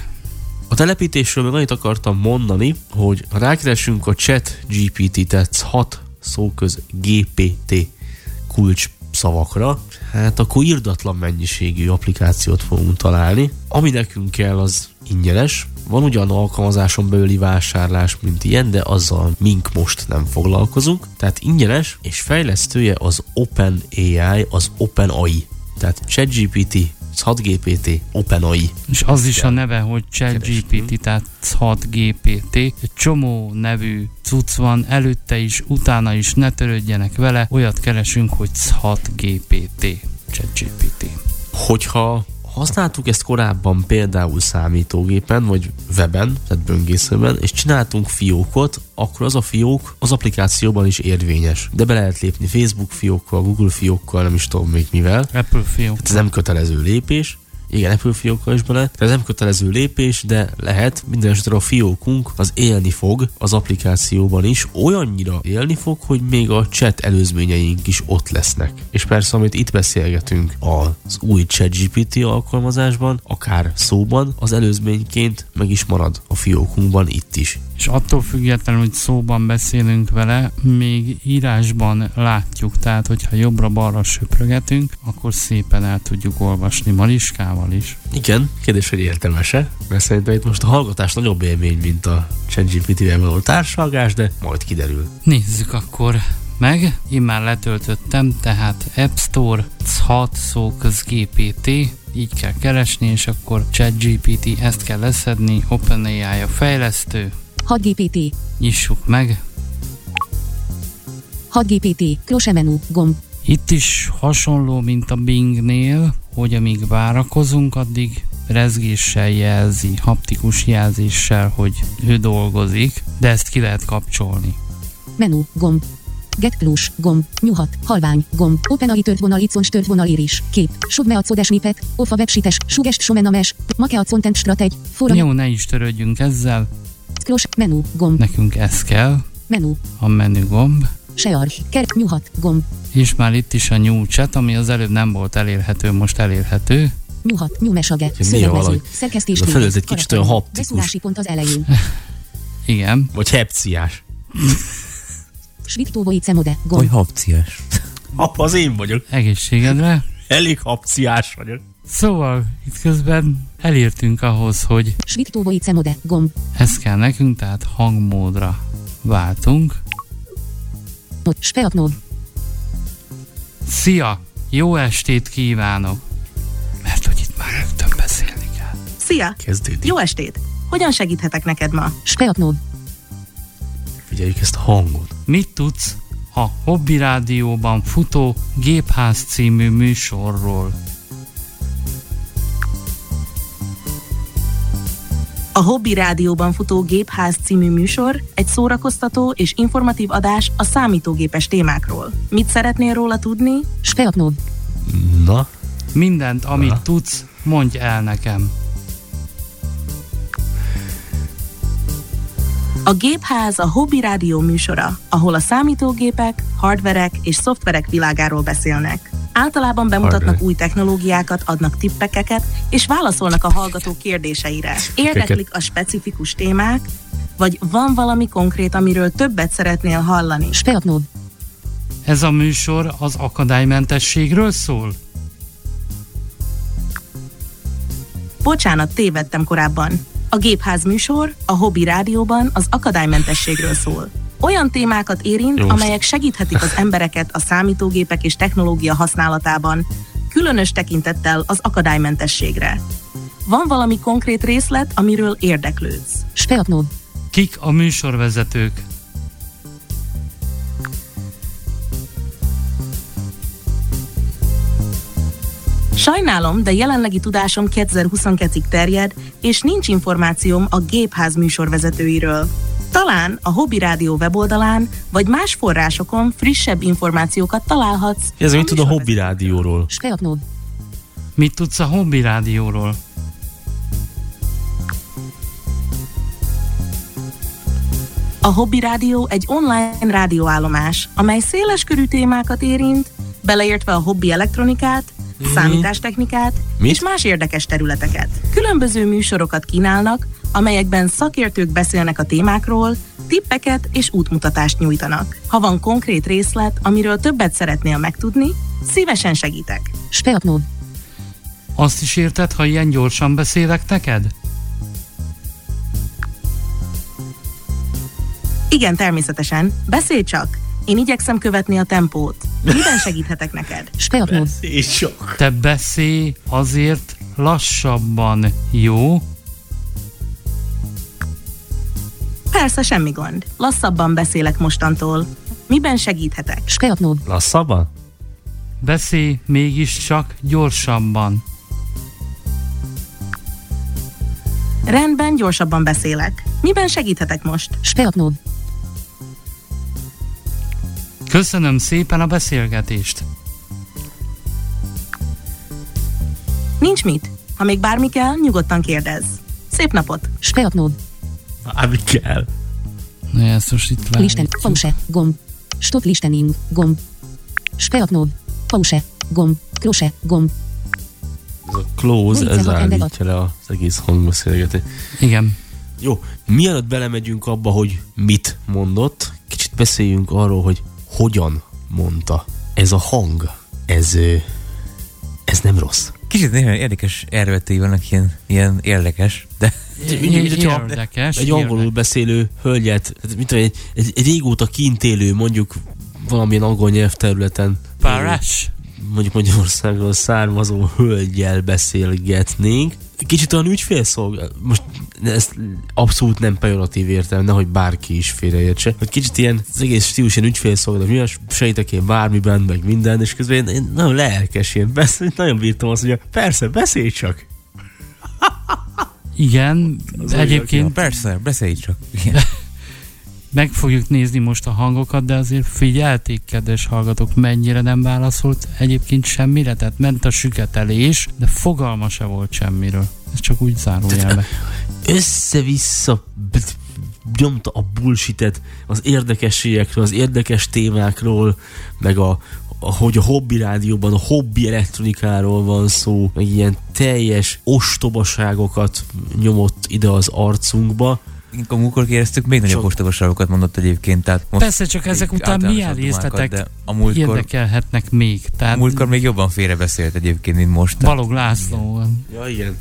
A telepítésről meg annyit akartam mondani, hogy ha rákeresünk a ChatGPT, tehát 6 szóköz GPT kulcs szavakra, hát akkor irdatlan mennyiségű applikációt fogunk találni. Ami nekünk kell, az ingyenes. Van ugyan alkalmazáson belüli vásárlás, mint ilyen, de azzal mink most nem foglalkozunk. Tehát ingyenes, és fejlesztője az OpenAI, az OpenAI. Tehát ChatGPT, 6GPT, OpenAI. És az is a neve, hogy ChatGPT, tehát 6GPT. Egy csomó nevű cucc van, előtte is, utána is, ne törődjenek vele. Olyat keresünk, hogy 6GPT, ChatGPT. Hogyha használtuk ezt korábban például számítógépen, vagy weben, tehát böngészőben, és csináltunk fiókot, akkor az a fiók az applikációban is érvényes. De be lehet lépni Facebook fiókkal, Google fiókkal, nem is tudom még mivel. Apple fiók. Ez nem kötelező lépés. Igen, Apple fiókkal is bele. Ez nem kötelező lépés, de lehet. Minden esetre a fiókunk az élni fog az applikációban is. Olyannyira élni fog, hogy még a chat előzményeink is ott lesznek. És persze, amit itt beszélgetünk az új ChatGPT alkalmazásban, akár szóban, az előzményként meg is marad a fiókunkban itt is. És attól függetlenül, hogy szóban beszélünk vele, még írásban látjuk, tehát hogyha jobbra-balra söprögetünk, akkor szépen el tudjuk olvasni Mariskával is. Igen, kérdés, hogy értelmes-e? Mert szerintem itt most a hallgatás nagyobb élmény, mint a ChatGPT-vel való társalgás, de majd kiderül. Nézzük akkor meg. Én már letöltöttem, tehát App Store 6 szóköz GPT, így kell keresni, és akkor ChatGPT, ezt kell leszedni, OpenAI a fejlesztő. 6GPT. Nyissuk meg. 6GPT. Close menu. Gomb. Itt is hasonló, mint a Bingnél, hogy amíg várakozunk, addig rezgéssel jelzi, haptikus jelzéssel, hogy ő dolgozik, de ezt ki lehet kapcsolni. Menu. Gomb. Get close. Gomb. Nyuhat. Halvány. Gomb. OpenAI tört vonal itszon tört vonal iris. Kép. Sogme a codes nipet. Ofa websites. Sugest somenames. Make a content strategy. Forum. Jó, ne is törődjünk ezzel. Close. Menu. Gomb. Nekünk ez kell. Menu. A menü gomb. Share. Kert. Nyuhat. Gomb. És már itt is a New Chat, ami az előbb nem volt elérhető, most elérhető. Nyuhat, nyumesage, Néha szövegmező, valahogy szerkesztés ez a felület egy karakter, kicsit olyan haptikus. beszúrási pont az elején. Igen. Vagy hepciás. Svittóvoi cemode, Vagy gomb. hapciás. Apa, az én vagyok. Egészségedre. Elég hapciás vagyok. Szóval itt közben elértünk ahhoz, hogy Svittóvoi cemode, gomb. ez kell nekünk, tehát hangmódra váltunk. Speaknód. Szia! Jó estét kívánok! Mert hogy itt már rögtön beszélni kell. Szia! Kezdődik. Jó estét! Hogyan segíthetek neked ma? Speaknód. Figyeljük ezt a hangot. Mit tudsz a Hobby Rádióban futó Gépház című műsorról? A Hobby Rádióban futó Gépház című műsor egy szórakoztató és informatív adás a számítógépes témákról. Mit szeretnél róla tudni? Speaknód. Na? Mindent, amit tudsz, mondj el nekem. A Gépház a Hobby Rádió műsora, ahol a számítógépek, hardverek és szoftverek világáról beszélnek. Általában bemutatnak új technológiákat, adnak tippeket, és válaszolnak a hallgatók kérdéseire. Érdeklik a specifikus témák, vagy van valami konkrét, amiről többet szeretnél hallani? Speaknód. Ez a műsor az akadálymentességről szól? Bocsánat, tévedtem korábban. A Gépház műsor a Hobby Rádióban az akadálymentességről szól. Olyan témákat érint, amelyek segíthetik az embereket a számítógépek és technológia használatában, különös tekintettel az akadálymentességre. Van valami konkrét részlet, amiről érdeklődsz? Speaknód. Kik a műsorvezetők? Sajnálom, de jelenlegi tudásom 2022-ig terjed, és nincs információm a Gépház műsorvezetőiről. Talán a Hobby Rádió weboldalán, vagy más forrásokon frissebb információkat találhatsz. Ez mit tud a Hobby Rádióról? Speaknód. Mit tudsz a Hobby Rádióról? A Hobby Rádió egy online rádióállomás, amely széleskörű témákat érint, beleértve a hobbi elektronikát, számítástechnikát és más érdekes területeket. Különböző műsorokat kínálnak, amelyekben szakértők beszélnek a témákról, tippeket és útmutatást nyújtanak. Ha van konkrét részlet, amiről többet szeretnél megtudni, szívesen segítek. Speaknód. Azt is érted, ha ilyen gyorsan beszélek neked? Igen, természetesen. Beszélj csak! Én igyekszem követni a tempót. Miben segíthetek neked? Speaknód. Te beszélj azért lassabban, jó? Persze, semmi gond. Lasszabban beszélek mostantól. Miben segíthetek? Speaknód. Lasszabban? Beszélj mégiscsak gyorsabban. Rendben, gyorsabban beszélek. Miben segíthetek most? Speaknód. Köszönöm szépen a beszélgetést. Nincs mit. Ha még bármi kell, nyugodtan kérdezz. Szép napot! Speaknód. Bármi kell. Na, ezt most itt Listen, pause, gomb. Stop listening, gomb. Speaknód. Pause, gomb. Close, gomb. Ez a close, ez állítja le az egész hangbeszélgetést. Igen. Jó, mielőtt belemegyünk abba, hogy mit mondott, kicsit beszéljünk arról, hogy hogyan mondta. Ez a hang, ez nem rossz. Kicsit néha érdekes elröltői vannak, ilyen érdekes, de... Érdekes. Egy angolul beszélő hölgyet, mint egy régóta kint élő, mondjuk valamilyen angol nyelvterületen, mondjuk Magyarországról származó hölgyel beszélgetnénk. Kicsit olyan ügyfélszolgálat, most ezt abszolút nem pejoratív értelem, nehogy bárki is félreértse, hogy kicsit ilyen, az egész stílus ilyen ügyfélszolgálat, milyen segítek én bármiben, meg minden, és közben én nagyon lelkes, nagyon bírtam azt, hogy persze, beszélj csak! Igen, az egyébként... Persze, beszélj csak. Igen. Meg fogjuk nézni most a hangokat, de azért figyelték, kedves hallgatók, mennyire nem válaszolt egyébként semmire, tehát ment a süketelés, de fogalma se volt semmiről. Ez csak úgy zárójelbe. Össze-vissza nyomta a bullshitet az érdekességekről, az érdekes témákról, meg hogy a Hobby Rádióban a hobbi elektronikáról van szó, meg ilyen teljes ostobaságokat nyomott ide az arcunkba. A múltkor kérdeztük, még nagyobb ostobaságokat mondott egyébként. Tehát most persze, csak ezek után milyen részletek érdekelhetnek még. Tehát múltkor még jobban félrebeszélt egyébként, mint most. Balog László. Ja, igen.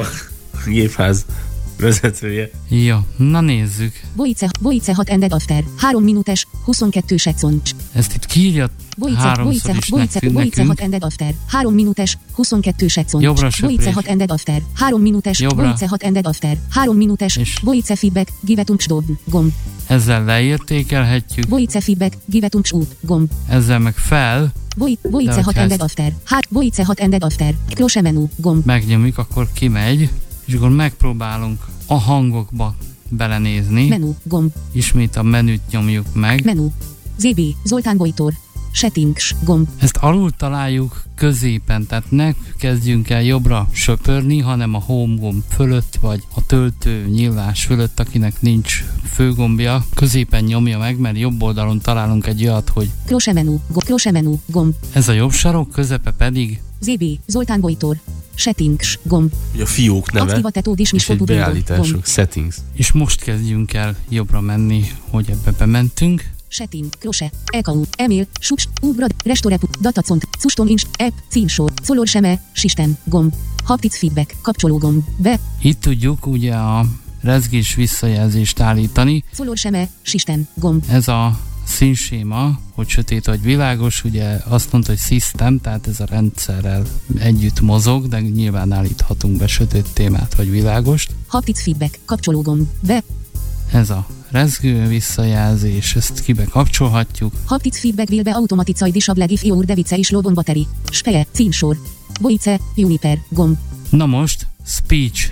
Gépház vezetője. Jó, na nézzük. Voice 6 ended after. 3 minutes, 22 seconds. Ezt itt kiírja háromszor is Voice 6 ended after. 3 minutes, 22 seconds. Jobbra söprés. Voice 6 ended after. 3 minutes. Voice 6 ended after. 3 minutes. Voice feedback, give it gomb. Ezzel leértékelhetjük. Voice feedback, give it gomb. Ezzel meg fel. Voice 6 ended after. Voice 6 ended after. Close menu, gomb. Megnyomjuk, akkor kimegy. És akkor megpróbálunk a hangokba belenézni. Menu, gomb. Ismét a menüt nyomjuk meg. Menu. ZB, Zoltán Bojtor. Settings, gomb. Ezt alul találjuk középen, tehát ne kezdjünk el jobbra söpörni, hanem a home gomb fölött, vagy a töltő nyílás fölött, akinek nincs főgombja, középen nyomja meg, mert jobb oldalon találunk egy olyat, hogy Close menu, gomb. Ez a jobb sarok, közepe pedig ZB, Zoltán Bojtor. Settings, gomb. A fiók neve, és egy beállítások, settings. És most kezdjünk el jobbra menni, hogy ebbe bementünk. Setting, Close, EKU, Email, Subst, Ubrad, Restore, Datacont, Custom Inst, App, Címsor, Szolor Seme, System, gomb. Haptic feedback, kapcsoló gomb, be. Itt tudjuk ugye a rezgés visszajelzést állítani. Szolor Seme, System, gomb. Ez a színséma, hogy sötét vagy világos, ugye azt mondta, hogy system, tehát ez a rendszerrel együtt mozog, de nyilván állíthatunk be sötét témát vagy világost. Haptic feedback, kapcsoló gomb, be. Ez a rezgő visszajelzés, ezt kibe kapcsolhatjuk. Haptic feedback will be automatized disable if your device is low on battery. Speje, címsor. Voice, Juniper, gomb. Na most, speech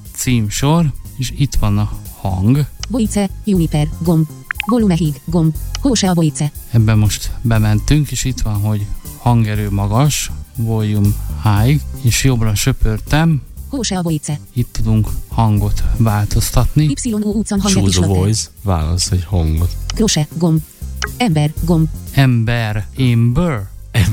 címsor, és itt van a hang. Voice, Juniper, gomb. Volume híg, gomb. Hóse a voice. Ebben most bementünk, és itt van, hogy hangerő magas, volume high, és jobbra söpörtem. Hóse a voice. Itt tudunk hangot változtatni. Y-U utcan Choose a voice, válasz egy hangot. Close, gomb. Ember, gomb. Ember, ember.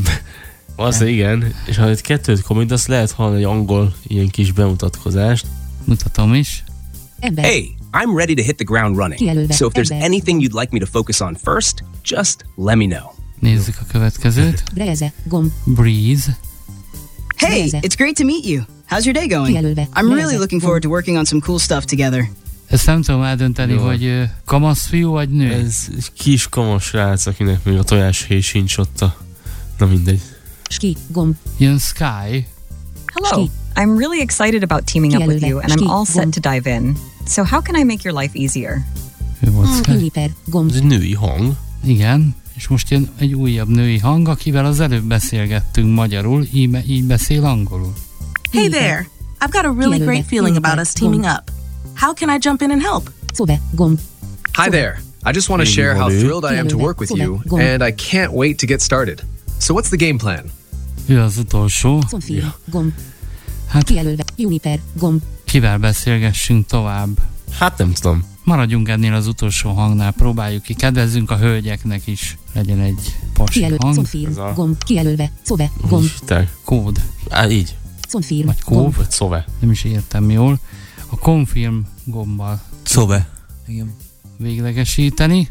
Az igen, és ha egy kettőt kommentász, lehet hallani egy angol ilyen kis bemutatkozást. Mutatom is. Ember. Hey, I'm ready to hit the ground running. So if there's anything you'd like me to focus on first, just let me know. Nézzük a következőt. Breeze, gomb. Breeze. Hey, it's great to meet you. How's your day going? I'm really looking forward to working on some cool stuff together. Ezt nem tudom eldönteni, hogy kamasz fiú vagy nő. Ez egy kis kamasz srác, akinek még a tojáshéj sincs ott a... Na mindegy. Ski, gomb. Jön Sky. Hello, I'm really excited about teaming up with you and I'm all set to dive in. So how can I make your life easier? Ő volt Sky. Juniper, gomb. Ez egy női hang. Igen, és most jön egy újabb női hang, akivel az előbb beszélgettünk magyarul, így beszél angolul. Hey there, I've got a really great feeling about us teaming up. How can I jump in and help? Szobe, gomb. Hi there, I just want to share how thrilled I am to work with you, and I can't wait to get started. So what's the game plan? Ő az utolsó. Sonfil, gomb. Hát, kijelölve, Juniper, gomb. Kivel beszélgessünk tovább? Hát nem tudom. Maradjunk ennél az utolsó hangnál, próbáljuk ki, kedvezzünk a hölgyeknek is, legyen egy pasi hang. Sonfil, gomb, kijelölve, szobe, gomb. Kód. Így. Sonfil, vagy kóv, vagy szove. Nem is értem jól. A confirm gombbal. Szove. Igen. Véglegesíteni.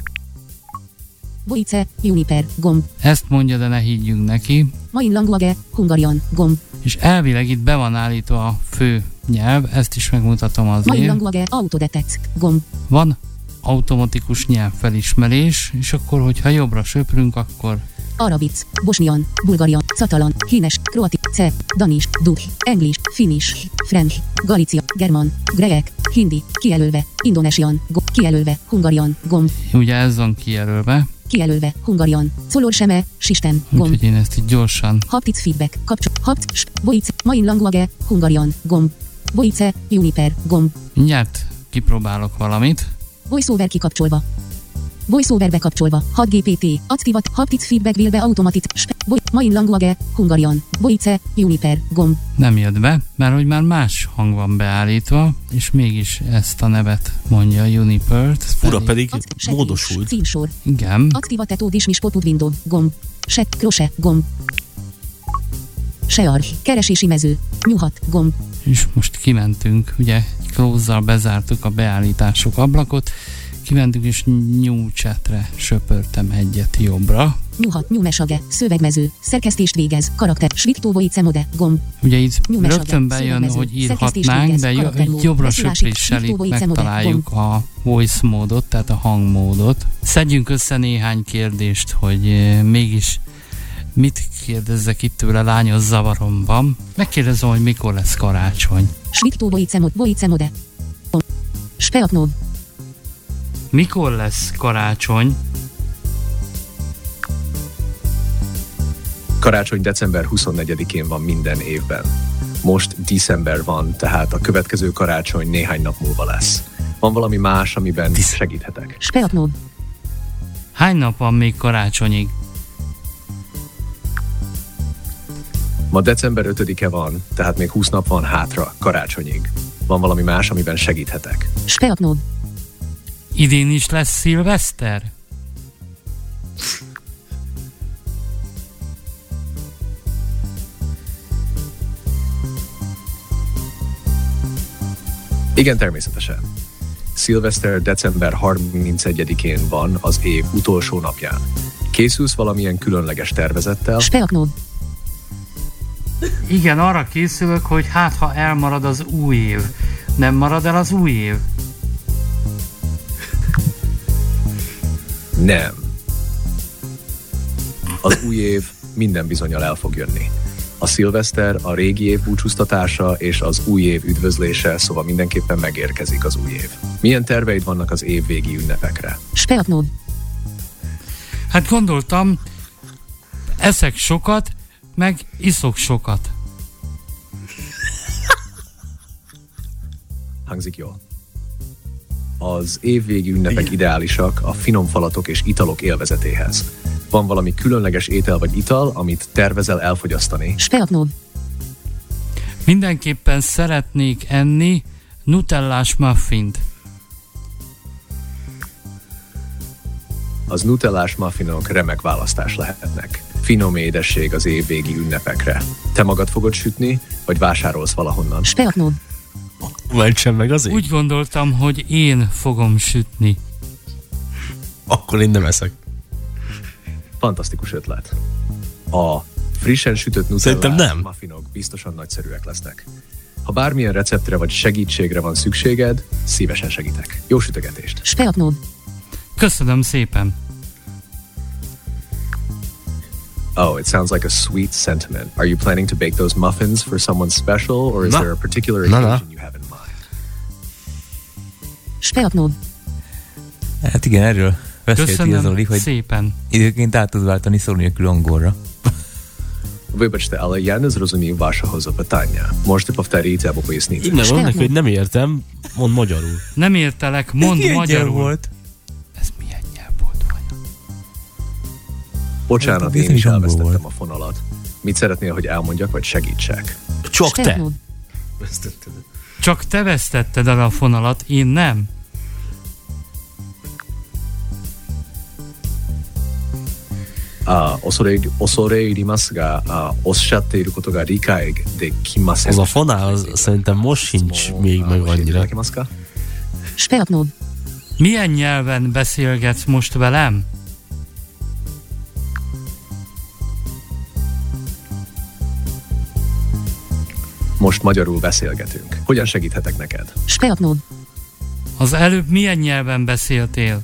Voice, Juniper, gomb. Ezt mondja, de ne higgyünk neki. Main language, Hungarian, gomb. És elvileg itt be van állítva a fő nyelv, ezt is megmutatom azért. Main language, autodetect, gomb. Van automatikus nyelvfelismerés, és akkor, hogyha jobbra söprünk, akkor Arabic, Bosnian, Bulgarian, Catalan, Hínes, Kroati, Czech, Danish, Dutch, English, Finnish, French, Galícia, German, Grek, Hindi, kijelölve, Indonesian, kijelölve, Hungarian, gomb. Ugye ez van kijelölve. Kijelölve, Hungarian, Szolor Seme, System, gomb. Úgyhogy én ezt így gyorsan. Haptic feedback, haptic, voice, main language, Hungarian, gomb. Voice, Juniper, gomb. Mindjárt kipróbálok valamit. VoiceOver kikapcsolva. VoiceOver bekapcsolva. 6GPT. Activat. Haptic feedback will be automatic. Main language. Hungarian. Voice. Juniper. Gomb. Nem jött be, mert hogy már más hang van beállítva, és mégis ezt a nevet mondja Junipert. Fura pedig módosult. Címsor. Igen. Activatetó dismiss popud window. Gomb. Se, krose, gomb. Sear, keresési mező, nyuhat, gomb. És most kimentünk, ugye close-zal bezártuk a beállítások ablakot, kimentünk és new chatre söpörtem egyet jobbra. Nyuhat, nyumesage, szövegmező, szerkesztést végez, karakter, svittóvoicemode, gomb. Ugye itt rögtön bejön, hogy írhatnánk, de jobbra söpréssel itt megtaláljuk a voice módot, tehát a hangmódot. Szedjünk össze néhány kérdést, hogy mégis mit kérdezzek itt tőle, lányos zavaromban. Megkérdezem, hogy mikor lesz karácsony. Svittóvoicemode. Speaknod. Mikor lesz karácsony? Karácsony december 24-én van minden évben. Most december van, tehát a következő karácsony néhány nap múlva lesz. Van valami más, amiben segíthetek? Speaknod. Hány nap van még karácsonyig? Ma december 5-e van, tehát még 20 nap van hátra karácsonyig. Van valami más, amiben segíthetek? Speaknod. Idén is lesz szilveszter? Igen, természetesen. Szilveszter december 31-én van, az év utolsó napján. Készülsz valamilyen különleges tervezettel? Speaknod. Igen, arra készülök, hogy hát ha elmarad az új év. Nem marad el az új év? Nem. Az új év minden bizonnyal el fog jönni. A szilveszter, a régi év búcsúztatása és az új év üdvözlése, szóval mindenképpen megérkezik az új év. Milyen terveid vannak az évvégi ünnepekre? Speaknod. Hát gondoltam, eszek sokat, meg iszok sokat. Hangzik jól. Az évvégi ünnepek ideálisak a finom falatok és italok élvezetéhez. Van valami különleges étel vagy ital, amit tervezel elfogyasztani? Speaknod. Mindenképpen szeretnék enni nutellás muffint. Az nutellás muffinok remek választás lehetnek. Finom édesség az évvégi ünnepekre. Te magad fogod sütni, vagy vásárolsz valahonnan? Speaknod. Mentsen meg azért. Úgy gondoltam, hogy én fogom sütni. Akkor én nem eszek. Fantasztikus ötlet. A frissen sütött nutellás muffinok biztosan nagyszerűek lesznek. Ha bármilyen receptre vagy segítségre van szükséged, szívesen segítek. Jó sütögetést! Speaknod. Köszönöm szépen! Oh, it sounds like a sweet sentiment. Are you planning to bake those muffins for someone special, or is there a particular occasion you have in mind? Speaknod. Hát igen, erről beszélt az Zoli, hogy szépen. Időként át tud váltani szó nélkül angolra. Вибачте, але я не зрозумів вашого запитання. Можете повторити або пояснити? Innen van neki, hogy nem értem, mondd magyarul. Nem értelek, mondd magyarul. Volt. Ez milyen nyelv volt vajon? Bocsánat, én is elvesztettem a fonalat. Mit szeretnél, hogy elmondjak, vagy segítsek? Csak te. Csak te vesztetted el a fonalat, én nem. Az a fonál, az szerintem most sincs még meg annyira. Speaknod. Milyen nyelven beszélgetsz most velem? Most magyarul beszélgetünk. Hogyan segíthetek neked? Speaknod. Az előbb milyen nyelven beszéltél?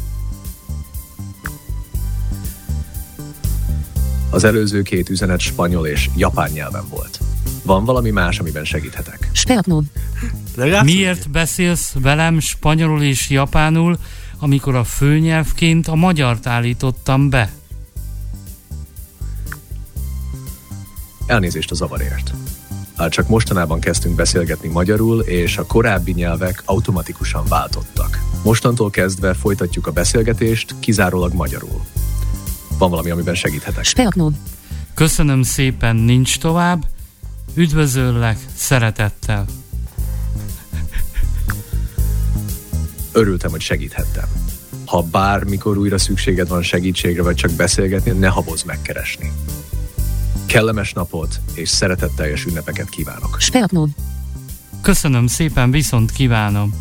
Az előző két üzenet spanyol és japán nyelven volt. Van valami más, amiben segíthetek? Speaknod. Miért beszélsz velem spanyolul és japánul, amikor a főnyelvként a magyart állítottam be? Elnézést a zavarért. Csak mostanában kezdtünk beszélgetni magyarul, és a korábbi nyelvek automatikusan váltottak. Mostantól kezdve folytatjuk a beszélgetést kizárólag magyarul. Van valami, amiben segíthetek? Speaknod. Köszönöm szépen, nincs tovább. Üdvözöllek, szeretettel. Örültem, hogy segíthettem. Ha bármikor újra szükséged van segítségre, vagy csak beszélgetni, ne habozz megkeresni. Kellemes napot és szeretetteljes ünnepeket kívánok. Speaknov. Köszönöm szépen, viszont kívánom.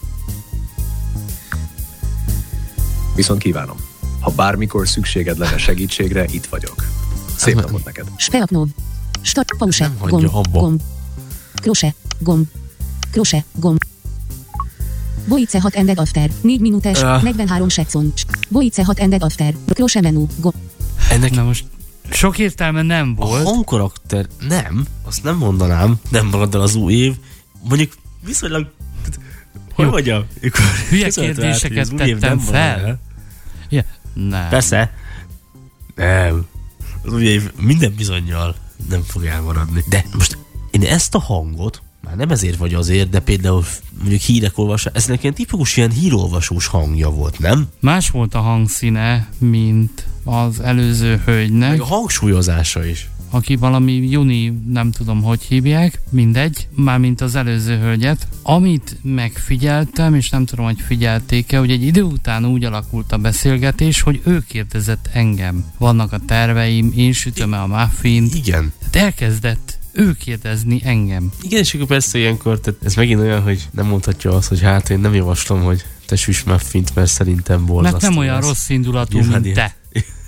Viszont kívánom. Ha bármikor szükséged lenne segítségre, itt vagyok. Szép napot neked. Speaknov. Start, pause, gomb. Krose, gomb. Krose, gomb. Boice 6 ended after. 4 minutes, 43 second. Boice 6 ended after. Krose menu, gomb. Ennek na most sok értelme nem volt. A hangkarakter nem, azt nem mondanám, nem marad el az új év. Mondjuk viszonylag, hogy mondjam? Hülye kérdéseket tettem fel. Ja, nem. Persze. Nem. Az új év minden bizonnyal nem fog elmaradni. De most én ezt a hangot, már nem ezért vagy azért, de például mondjuk hírek olvasás, ez nekem tipikus ilyen hírolvasós hangja volt, nem? Más volt a hangszíne, mint az előző hölgynek. Meg a hangsúlyozása is. Aki valami Juni, nem tudom, hogy hívják, mindegy, mármint az előző hölgyet. Amit megfigyeltem, és nem tudom, hogy figyelték-e, hogy egy idő után úgy alakult a beszélgetés, hogy ő kérdezett engem. Vannak a terveim, én sütöm a muffint. Igen. Tehát elkezdett ő kérdezni engem. Igen, és akkor persze ilyenkor, tehát ez megint olyan, hogy nem mondhatja azt, hogy hát én nem javaslom, hogy te süss muffint, mert szerintem borzasztó. Mert nem olyan rossz indulatú, mint ilyen. Te.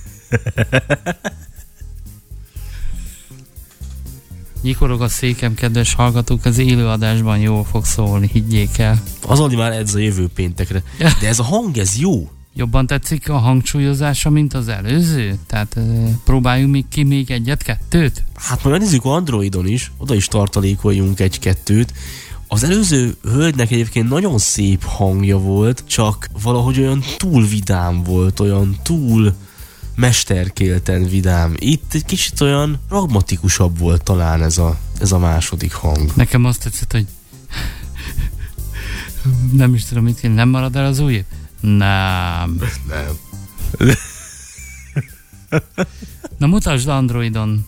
Nyikorog a székem, kedves hallgatók, az élőadásban jól fog szólni, higgyék el. Azonnal már edz a jövő péntekre. De ez a hang, ez jó. Jobban tetszik a hangsúlyozása, mint az előző? Tehát próbáljunk ki még egyet-kettőt? Hát majd nézzük Androidon is, oda is tartalékoljunk egy-kettőt. Az előző hölgynek egyébként nagyon szép hangja volt, csak valahogy olyan túl vidám volt, olyan túl mesterkélten vidám. Itt egy kicsit olyan pragmatikusabb volt talán ez a második hang. Nekem azt tetszett, hogy nem is tudom, mit kéne, nem marad el az új év? Nem. Na mutasd Androidon.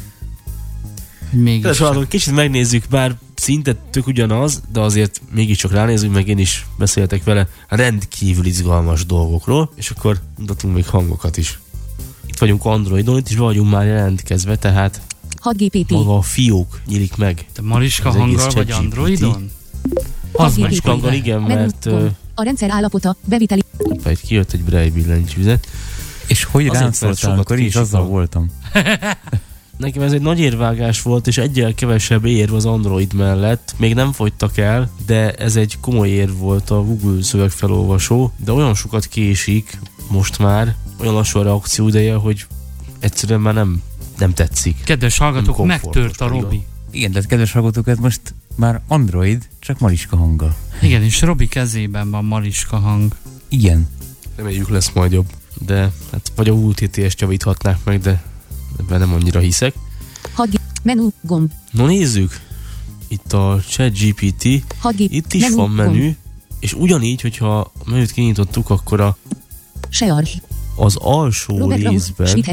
Mégis. Kicsit megnézzük, bár szinte tök ugyanaz, de azért mégiscsak ránézzük, meg én is beszéltek vele rendkívül izgalmas dolgokról, és akkor mutatunk még hangokat is. Itt vagyunk Androidon, itt is vagyunk már jelentkezve, tehát 6GPT. Maga a fiók nyílik meg. Te Mariska hanggal vagy Androidon? Az Mariska hanggal, igen, mert a rendszer állapota, beviteli. Kijött egy Braille billentyűzet. És hogy rám szóltál, akkor is azzal voltam. Nekem ez egy nagy érvágás volt, és egyel kevesebb érv az Android mellett. Még nem fogytak el, de ez egy komoly érv volt a Google szövegfelolvasó, de olyan sokat késik most már, olyan lassú a reakció ideje, hogy egyszerűen már nem tetszik. Kedves hallgatók, megtört a Robi. Igen, de kedves hallgatók, ez most már Android, csak Mariska hanggal. Igen, és Robi kezében van Mariska hang. Igen. Reméljük lesz majd jobb, de hát vagy a UTTS-t javíthatnák meg, de ebben nem annyira hiszek. Menu, gomb. No nézzük, itt a ChatGPT, itt is van menü, és ugyanígy, hogyha a menüt kinyitottuk, akkor az alsó részben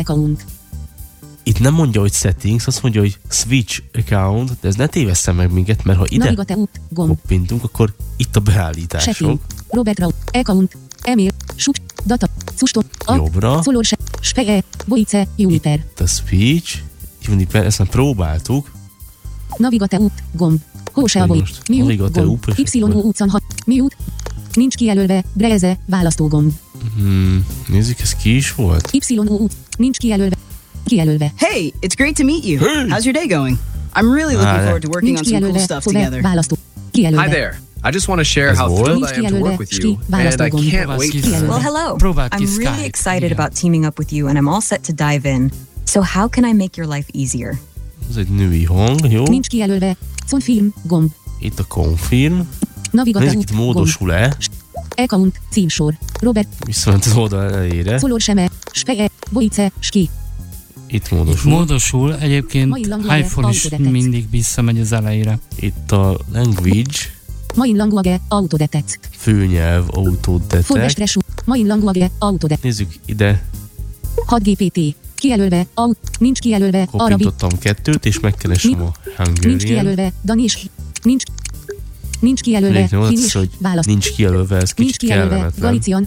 itt nem mondja, hogy settings, azt mondja, hogy switch account, de ez ne tévesszen meg minket, mert ha ide koppintunk, akkor itt a beállítások. Robert Rau, account, email, data, jobbra. Spee, Boice, Juniper. Itt a speech, Juniper, ezt már próbáltuk. Navigateup, gomb. Hóse aboly, mute, gomb. Y-U-26, mute. Nincs kijelölve, breze, választógomb. Nézzük, ez ki is volt? Y-U, nincs kijelölve. Hey, it's great to meet you. How's your day going? I'm really looking forward to working on some cool stuff together. Hi there. I just want to share how thrilled I am to work with you, and I can't wait. Well, hello. I'm really excited about teaming up with you, and I'm all set to dive in. So how can I make your life easier? Ez egy női hang, jó? Nincs kijelölve. Confirm, gomb. Itt a confirm. Navigateup, itt módosul-e? Account, címsor. Robert. Viszont az oldal elejére. Szolor seme, Spee, Boice, Ski. Itt módosul. Módosul, egyébként iPhone is mindig visszamegy az elejére. Itt a language. Main language, autodetect. Főnyelv, autodetect. Forrestresú, main language, autodetect. Nézzük ide. 6GPT. Kijelölve, nincs kijelölve, arabi. Koppintottam 2-t, és megkeresem a Hungarian. Nincs kijelölve, Danish. Nincs kijelölve, Finnish, választ. Nincs kijelölve, ez kicsit kellemetlen. Galician,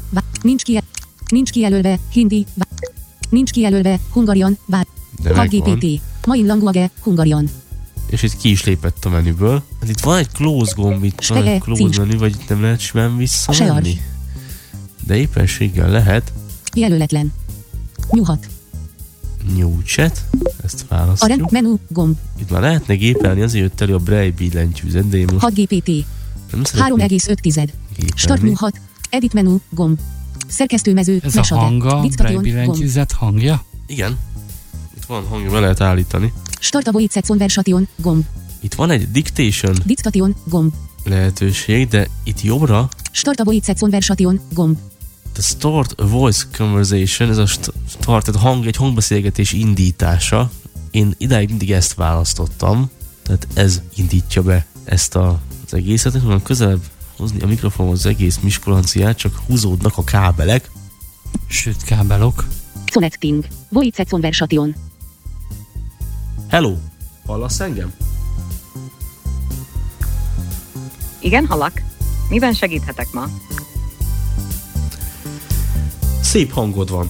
Nincs kijelölve, hindi, nincs kijelölve, Hungarian, GPT, Main Language, Hungarian. És itt ki is lépett a menüből. Hát itt van egy close gomb, itt van egy close menü, vagy itt nem lehet simán visszamenni. De éppenséggel lehet. Jelöletlen. Nyuhat. New chat. Ezt választjuk. A menu, gomb. Itt már lehetne gépelni, azért jött elő a Braille billentyűzet, de én most... 6 GPT. 3,5. Start menu 6. Edit menu, gomb. Szerkesztőmező, ez a hanga, a Braille billentyűzet hangja? Igen. Itt van hangja, be lehet állítani. Start a voice conversation, gomb. Itt van egy dictation gomb. lehetőség, de itt jobbra... Start a voice conversation, gomb. The start a voice conversation, ez a start, tehát egy hangbeszélgetés indítása. Én idáig mindig ezt választottam, tehát ez indítja be ezt az egészet, és mondom, közelebb hozni a mikrofonhoz az egész miskulanciát, csak húzódnak a kábelek. Sőt, kábelok. Connecting. Voice conversation. Hello! Hallasz engem? Igen, hallak. Miben segíthetek ma? Szép hangod van.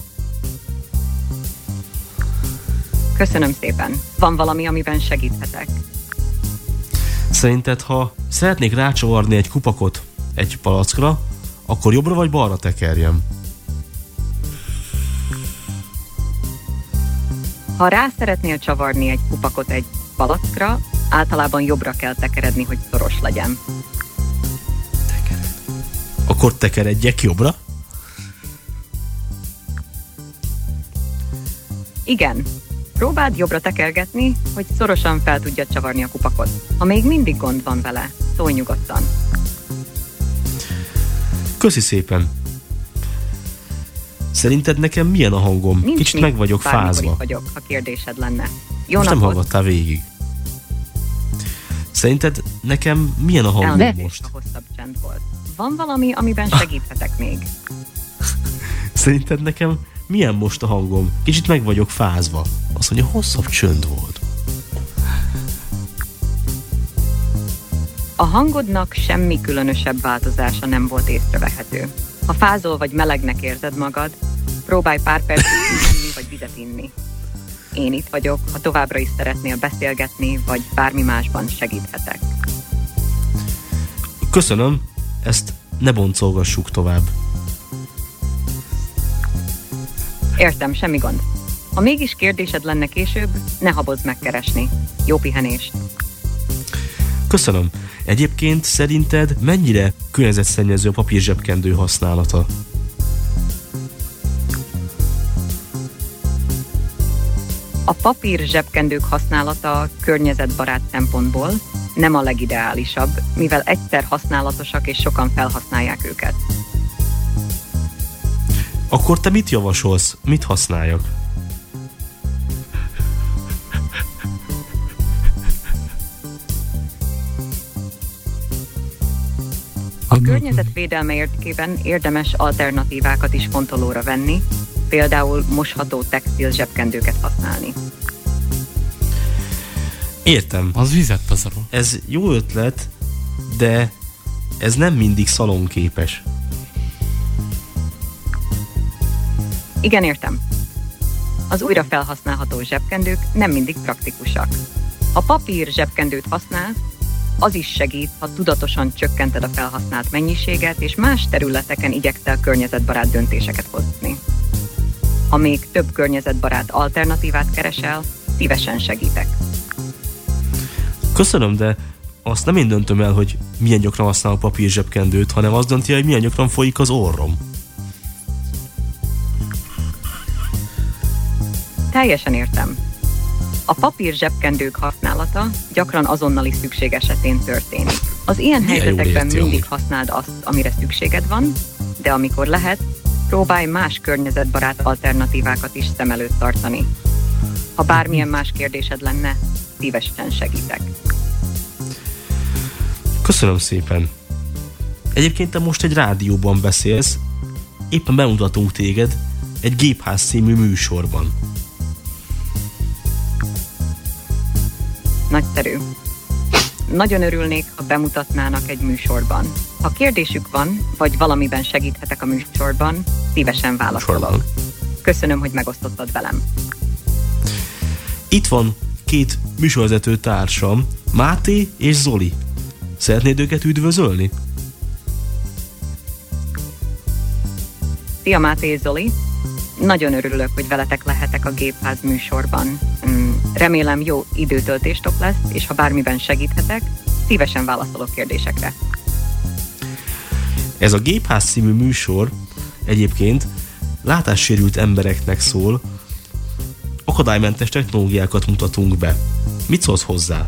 Köszönöm szépen. Van valami, amiben segíthetek? Szerinted, ha szeretnék rácsavarni egy kupakot egy palackra, akkor jobbra vagy balra tekerjem? Ha rá szeretnél csavarni egy kupakot egy palackra, általában jobbra kell tekeredni, hogy szoros legyen. Akkor tekeredjek jobbra? Igen. Próbáld jobbra tekergetni, hogy szorosan fel tudjad csavarni a kupakot. Ha még mindig gond van vele, szólj nyugodtan. Köszi szépen. Szerinted nekem milyen a hangom? Nincs Kicsit meg vagyok fázva. Vagyok, ha kérdésed lenne. Jó most napot. nem hallgattál végig. Szerinted nekem milyen a hangom most? A hosszabb csend volt. Van valami, amiben segíthetek még? Szerinted nekem milyen most a hangom? Kicsit meg vagyok fázva. Azt mondja, hosszabb csönd volt. A hangodnak semmi különösebb változása nem volt észrevehető. Ha fázol vagy melegnek érzed magad, próbálj pár percig pihenni vagy vizet inni. Én itt vagyok, ha továbbra is szeretnél beszélgetni, vagy bármi másban segíthetek. Köszönöm, ezt ne boncolgassuk tovább. Értem, semmi gond. Ha mégis kérdésed lenne később, ne habozz megkeresni. Jó pihenést! Köszönöm. Egyébként szerinted mennyire környezetszennyező a papírzsebkendő használata? A papír zsebkendők használata környezetbarát szempontból nem a legideálisabb, mivel egyszer használatosak és sokan felhasználják őket. Akkor te mit javasolsz? Mit használjak? A környezetvédelme érdekében érdemes alternatívákat is fontolóra venni, például mosható textil zsebkendőket használni. Értem. Az vizet pazarol. Ez jó ötlet, de ez nem mindig szalonképes. Igen, értem. Az újra felhasználható zsebkendők nem mindig praktikusak. Ha papír zsebkendőt használsz, az is segít, ha tudatosan csökkented a felhasznált mennyiséget, és más területeken igyekszel környezetbarát döntéseket hozni. Ha még több környezetbarát alternatívát keresel, szívesen segítek. Köszönöm, de azt nem én döntöm el, hogy milyen gyakran használ a papír zsebkendőt, hanem azt dönti, hogy milyen gyakran folyik az orrom. Teljesen értem. A papír zsebkendők használata gyakran azonnali szükség esetén történik. Az ilyen helyzetekben mindig használd azt, amire szükséged van, de amikor lehet, próbálj más környezetbarát alternatívákat is szem előtt tartani. Ha bármilyen más kérdésed lenne, szívesen segítek. Köszönöm szépen. Egyébként te most egy rádióban beszélsz, éppen bemutatunk téged egy Gépház című műsorban. nagyon örülnék, ha bemutatnának egy műsorban. Ha kérdésük van, vagy valamiben segíthetek a műsorban, szívesen válaszolok. Köszönöm, hogy megosztottad velem. Itt van két műsorvezető társam, Máté és Zoli. Szeretnéd őket üdvözölni? Szia, Máté és Zoli! Nagyon örülök, hogy veletek lehetek a Gépház műsorban. Remélem jó időtöltéstok lesz, és ha bármiben segíthetek, szívesen válaszolok kérdésekre. Ez a Gépház című műsor egyébként látássérült embereknek szól, akadálymentes technológiákat mutatunk be. Mit szólsz hozzá?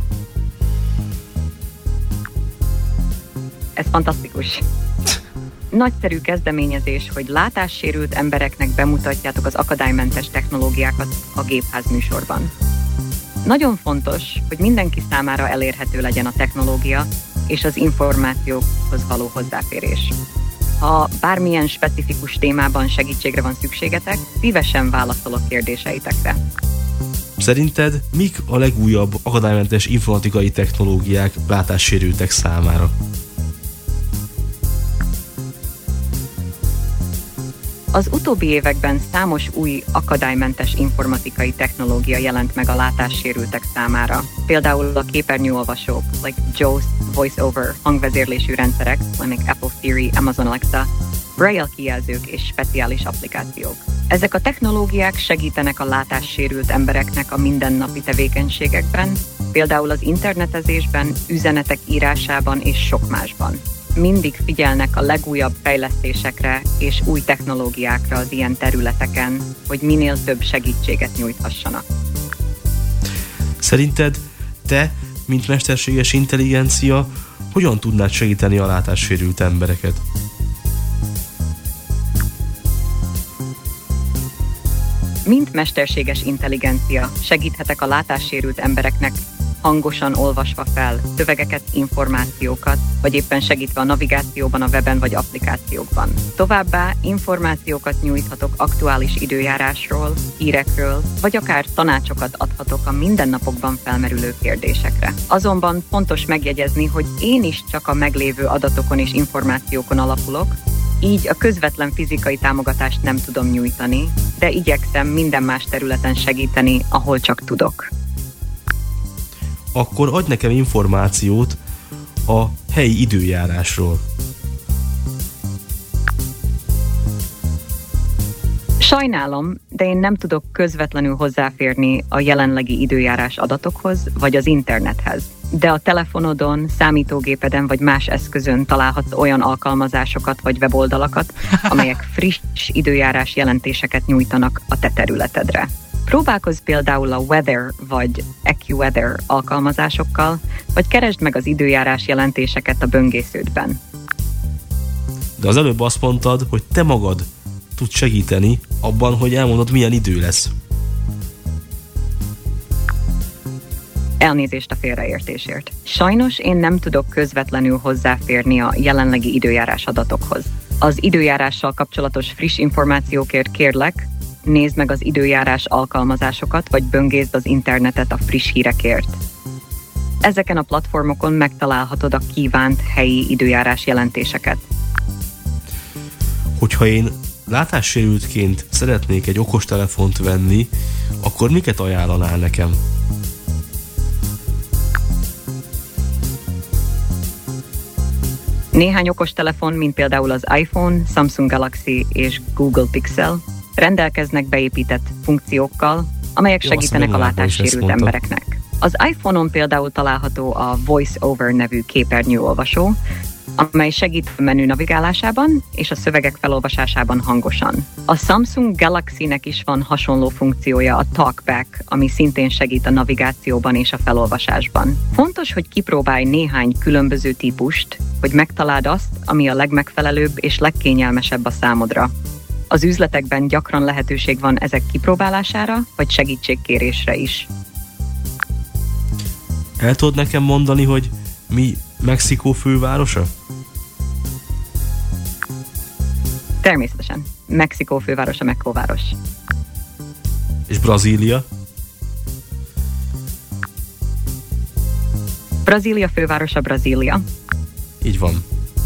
Ez fantasztikus. Nagyszerű kezdeményezés, hogy látássérült embereknek bemutatjátok az akadálymentes technológiákat a Gépház műsorban. Nagyon fontos, hogy mindenki számára elérhető legyen a technológia és az információkhoz való hozzáférés. Ha bármilyen specifikus témában segítségre van szükségetek, szívesen válaszolok kérdéseitekre. Szerinted mik a legújabb akadálymentes informatikai technológiák látássérültek számára? Az utóbbi években számos új akadálymentes informatikai technológia jelent meg a látássérültek számára. Például a képernyőolvasók, like JAWS voice-over hangvezérlésű rendszerek, like Apple Siri, Amazon Alexa, Braille kijelzők és speciális applikációk. Ezek a technológiák segítenek a látássérült embereknek a mindennapi tevékenységekben, például az internetezésben, üzenetek írásában és sok másban. Mindig figyelnek a legújabb fejlesztésekre és új technológiákra az ilyen területeken, hogy minél több segítséget nyújthassanak. Szerinted te, mint mesterséges intelligencia, hogyan tudnád segíteni a látássérült embereket? Mint mesterséges intelligencia segíthetek a látássérült embereknek hangosan olvasva fel szövegeket, információkat, vagy éppen segítve a navigációban, a weben vagy applikációkban. Továbbá információkat nyújthatok aktuális időjárásról, hírekről, vagy akár tanácsokat adhatok a mindennapokban felmerülő kérdésekre. Azonban fontos megjegyezni, hogy én is csak a meglévő adatokon és információkon alapulok, így a közvetlen fizikai támogatást nem tudom nyújtani, de igyekszem minden más területen segíteni, ahol csak tudok. Akkor adj nekem információt a helyi időjárásról. Sajnálom, de én nem tudok közvetlenül hozzáférni a jelenlegi időjárás adatokhoz, vagy az internethez. De a telefonodon, számítógépeden vagy más eszközön találhatsz olyan alkalmazásokat vagy weboldalakat, amelyek friss időjárás jelentéseket nyújtanak a te területedre. Próbálkozz például a Weather vagy AccuWeather alkalmazásokkal, vagy keresd meg az időjárás jelentéseket a böngésződben. De az előbb azt mondtad, hogy te magad tudsz segíteni abban, hogy elmondod, milyen idő lesz. Elnézést a félreértésért. Sajnos én nem tudok közvetlenül hozzáférni a jelenlegi időjárás adatokhoz. Az időjárással kapcsolatos friss információkért kérlek, nézd meg az időjárás alkalmazásokat, vagy böngészd az internetet a friss hírekért. Ezeken a platformokon megtalálhatod a kívánt helyi időjárás jelentéseket. Hogyha én látássérültként szeretnék egy okostelefont venni, akkor miket ajánlanál nekem? Néhány okostelefon, mint például az iPhone, Samsung Galaxy és Google Pixel rendelkeznek beépített funkciókkal, amelyek segítenek a látássérült embereknek. Az iPhone-on például található a VoiceOver nevű képernyőolvasó, amely segít a menü navigálásában és a szövegek felolvasásában hangosan. A Samsung Galaxy-nek is van hasonló funkciója, a TalkBack, ami szintén segít a navigációban és a felolvasásban. Fontos, hogy kipróbálj néhány különböző típust, hogy megtaláld azt, ami a legmegfelelőbb és legkényelmesebb a számodra. Az üzletekben gyakran lehetőség van ezek kipróbálására, vagy segítségkérésre is. El tudod nekem mondani, hogy mi Mexikó fővárosa? Természetesen. Mexikó fővárosa Mexikóváros. És Brazília? Brazília fővárosa Brazília. Így van.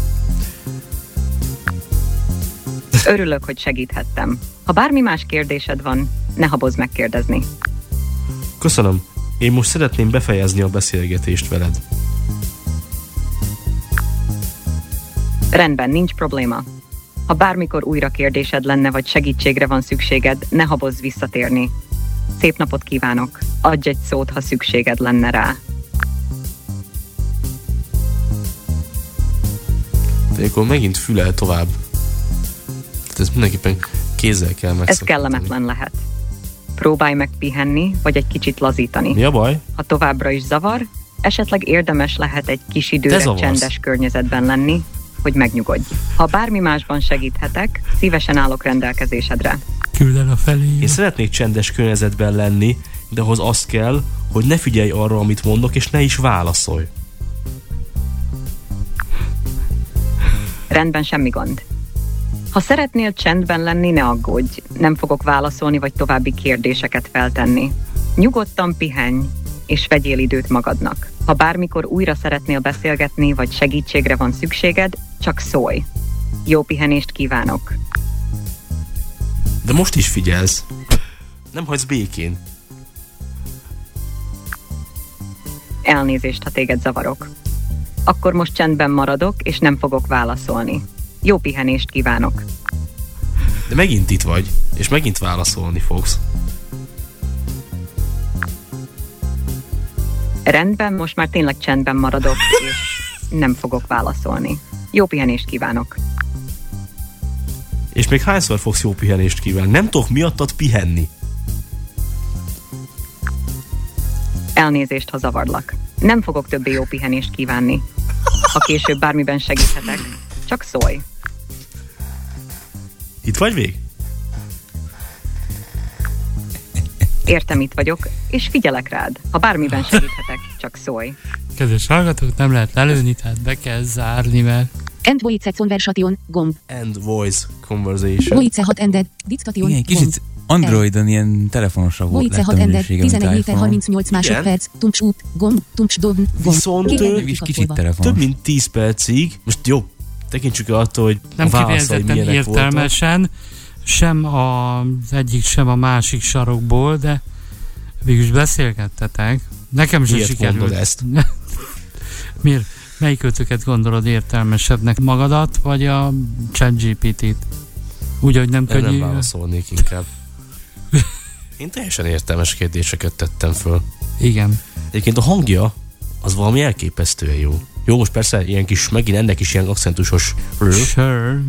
Örülök, hogy segíthettem. Ha bármi más kérdésed van, ne habozz megkérdezni. Köszönöm. Én most szeretném befejezni a beszélgetést veled. Rendben, nincs probléma. Ha bármikor újra kérdésed lenne, vagy segítségre van szükséged, ne habozz visszatérni. Szép napot kívánok. Adj egy szót, ha szükséged lenne rá. De akkor megint fülel tovább. Tehát ez mindenképpen kézzel kell megszakítani. Ez kellemetlen lehet. Próbálj meg pihenni, vagy egy kicsit lazítani. Mi a baj? Ha továbbra is zavar, esetleg érdemes lehet egy kis időre csendes környezetben lenni, hogy megnyugodj. Ha bármi másban segíthetek, szívesen állok rendelkezésedre. Küld el a felé. Én szeretnék csendes környezetben lenni, de ahhoz az kell, hogy ne figyelj arra, amit mondok, és ne is válaszolj. Rendben, semmi gond. Ha szeretnél csendben lenni, ne aggódj. Nem fogok válaszolni, vagy további kérdéseket feltenni. Nyugodtan pihenj, és vegyél időt magadnak. Ha bármikor újra szeretnél beszélgetni, vagy segítségre van szükséged, csak szólj. Jó pihenést kívánok. De most is figyelsz. Nem hagysz békén. Elnézést, ha téged zavarok. Akkor most csendben maradok, és nem fogok válaszolni. Jó pihenést kívánok. De megint itt vagy, és megint válaszolni fogsz. Rendben, most már tényleg csendben maradok, és nem fogok válaszolni. Jó pihenést kívánok. És még hányszor fogsz jó pihenést kívánni? Nem tudok miattad pihenni. Elnézést, ha zavarlak. Nem fogok többé jó pihenést kívánni. Ha később bármiben segíthetek, csak szólj. Itt vagy még? Értem, itt vagyok, és figyelek rád. Ha bármiben segíthetek, csak szólj. Kedves hallgatók, nem lehet lelőni, tehát be kell zárni, mert... End voice conversation, gomb. End voice conversation. Voice 6 ended, dictation, igen, kicsit Androidon ilyen telefonosabb volt. Voice 6 ended, 11:38 másodperc, tumps út, gomb, tumps dovn, gomb. Viszont több mint 10 percig, most jó, tekintsük attól, hogy nem a válaszai milyenek értelmesen, voltak. Sem az egyik, sem a másik sarokból, de végülis beszélgettetek. Nekem sem sikerült. Mondod ezt? Miért? Melyikőtöket gondolod értelmesebbnek? Magadat, vagy a ChatGPT-t? Úgy, hogy nem könnyű... Nem válaszolnék inkább. Én teljesen értelmes kérdéseket tettem föl. Igen. Egyébként a hangja az valami elképesztően jó. Jó, most persze ilyen kis, megint ennek is ilyen akcentusos sure.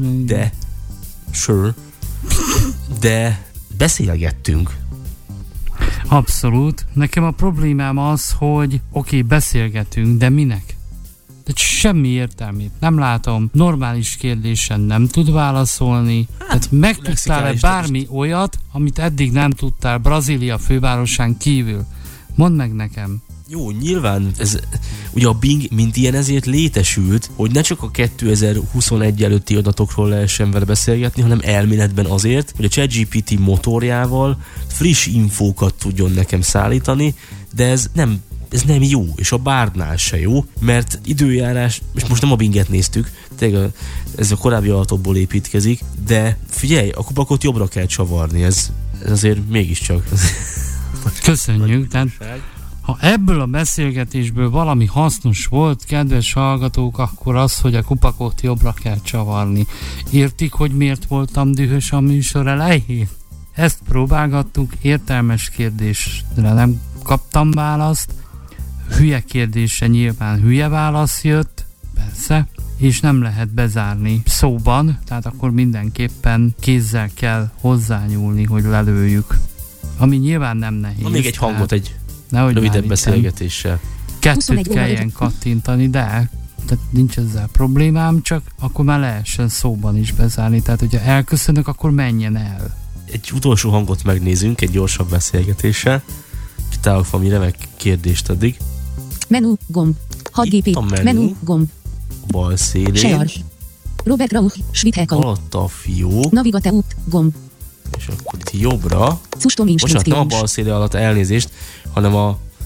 De beszélgettünk. Abszolút. Nekem a problémám az, hogy oké, beszélgetünk, de minek? De semmi értelmét nem látom. Normális kérdésen nem tud válaszolni. Tehát megtudtál-e bármi olyat, amit eddig nem tudtál Brazília fővárosán kívül? Mondd meg nekem. Jó, nyilván ez, ugye a Bing mint ilyen ezért létesült, hogy ne csak a 2021 előtti adatokról lehessen vele beszélgetni, hanem elméletben azért, hogy a ChatGPT motorjával friss infókat tudjon nekem szállítani, de ez nem jó, és a Bardnál se jó, mert időjárás, és most nem a Binget néztük, tényleg ez a korábbi adatokból építkezik, de figyelj, a kupakot jobbra kell csavarni, ez azért mégiscsak. Köszönjük, tehát ha ebből a beszélgetésből valami hasznos volt, kedves hallgatók, akkor az, hogy a kupakot jobbra kell csavarni. Értik, hogy miért voltam dühös a műsor elején? Ezt próbálgattuk, értelmes kérdésre nem kaptam választ, hülye kérdésre nyilván hülye válasz jött, persze, és nem lehet bezárni szóban, tehát akkor mindenképpen kézzel kell hozzányúlni, hogy lelőjük. Ami nyilván nem nehéz. Még egy hangot, egy rövidebb beszélgetéssel. Kettőt kelljen kattintani, de tehát nincs ezzel problémám, csak akkor már lehessen szóban is bezárni. Tehát, hogyha elköszönök, akkor menjen el. Egy utolsó hangot megnézünk, egy gyorsabb beszélgetéssel. Kitálok valami remek kérdést addig. Menu, gomb. 6GP, menu, gomb. Bal szélén. Share. Robert Rauch, Svitheka. Alatt a fiók. Navigate út, gomb. És akkor itt jobbra. Bocsánat, nem a bal széle alatt elnézést, hanem a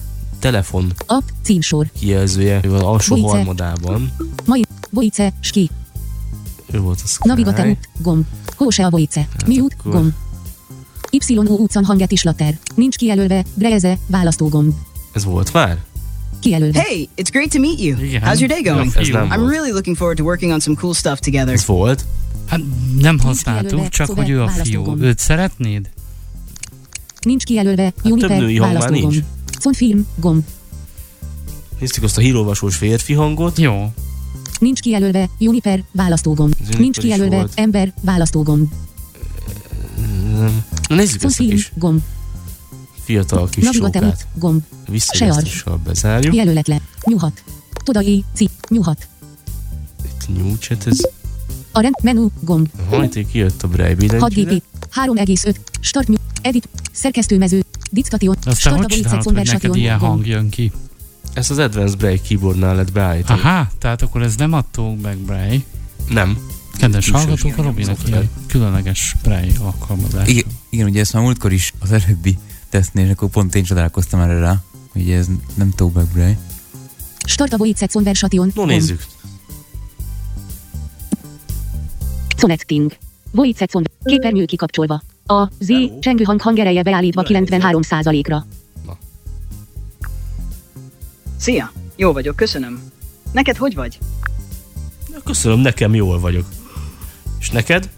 telefon App, címsor. kijelzője, van alsó harmadában. Mai, Voice, Ski. Ő volt a Sky. Navigator, gomb. Hóse a Voice. Mute, gomb. YO utcan hanget is later. Nincs kijelölve, Breze, választógomb. Ez volt már? Kijelölve. Hey, it's great to meet you. How's your day going? I'm really looking forward to working on some cool stuff together. Ez volt? Hát nem használtuk, csak hogy ő a fiú. Őt szeretnéd? Nincs kijelölve, Juniper, választógomb. Film, gomb. Néztük azt a hírolvasós férfi hangot. Jó. Nincs kijelölve, Juniper, választógomb. Nincs kijelölve, ember, választógomb. Nézzük ezt a kis gomb. Fiatal kis csókát. Gomb. Visszajösszéssel bezárjuk. Jelöletlen. Nyuhat. Todai, nyuhat. Itt nyújtset ez. A rend, menu, gomb. Itt kijött a Braille billentyűre. 6 GP, 3,5, start, edit, szerkesztőmező, dictation, aztán hogy csinálod, hogy neked ilyen hang jön ki? Ezt az Advanced Braille keyboardnál lehet beállítani. Aha, tehát akkor ez nem adtuk meg Braille. Nem. Kedves hallgatók, a Robinak ilyen különleges Braille alkalmazás. Igen, ugye ezt már múltkor is az előbbi tesztnél, és akkor pont én csodálkoztam erre rá, hogy ez nem talkback Braille. Start a Voice Conversation. No, nézzük. Connecting. Voice képernyő kikapcsolva. A Z csengő hangereje beállítva 93%-ra. Szia! Jó vagyok, köszönöm. Neked hogy vagy? Köszönöm, nekem jól vagyok. És neked?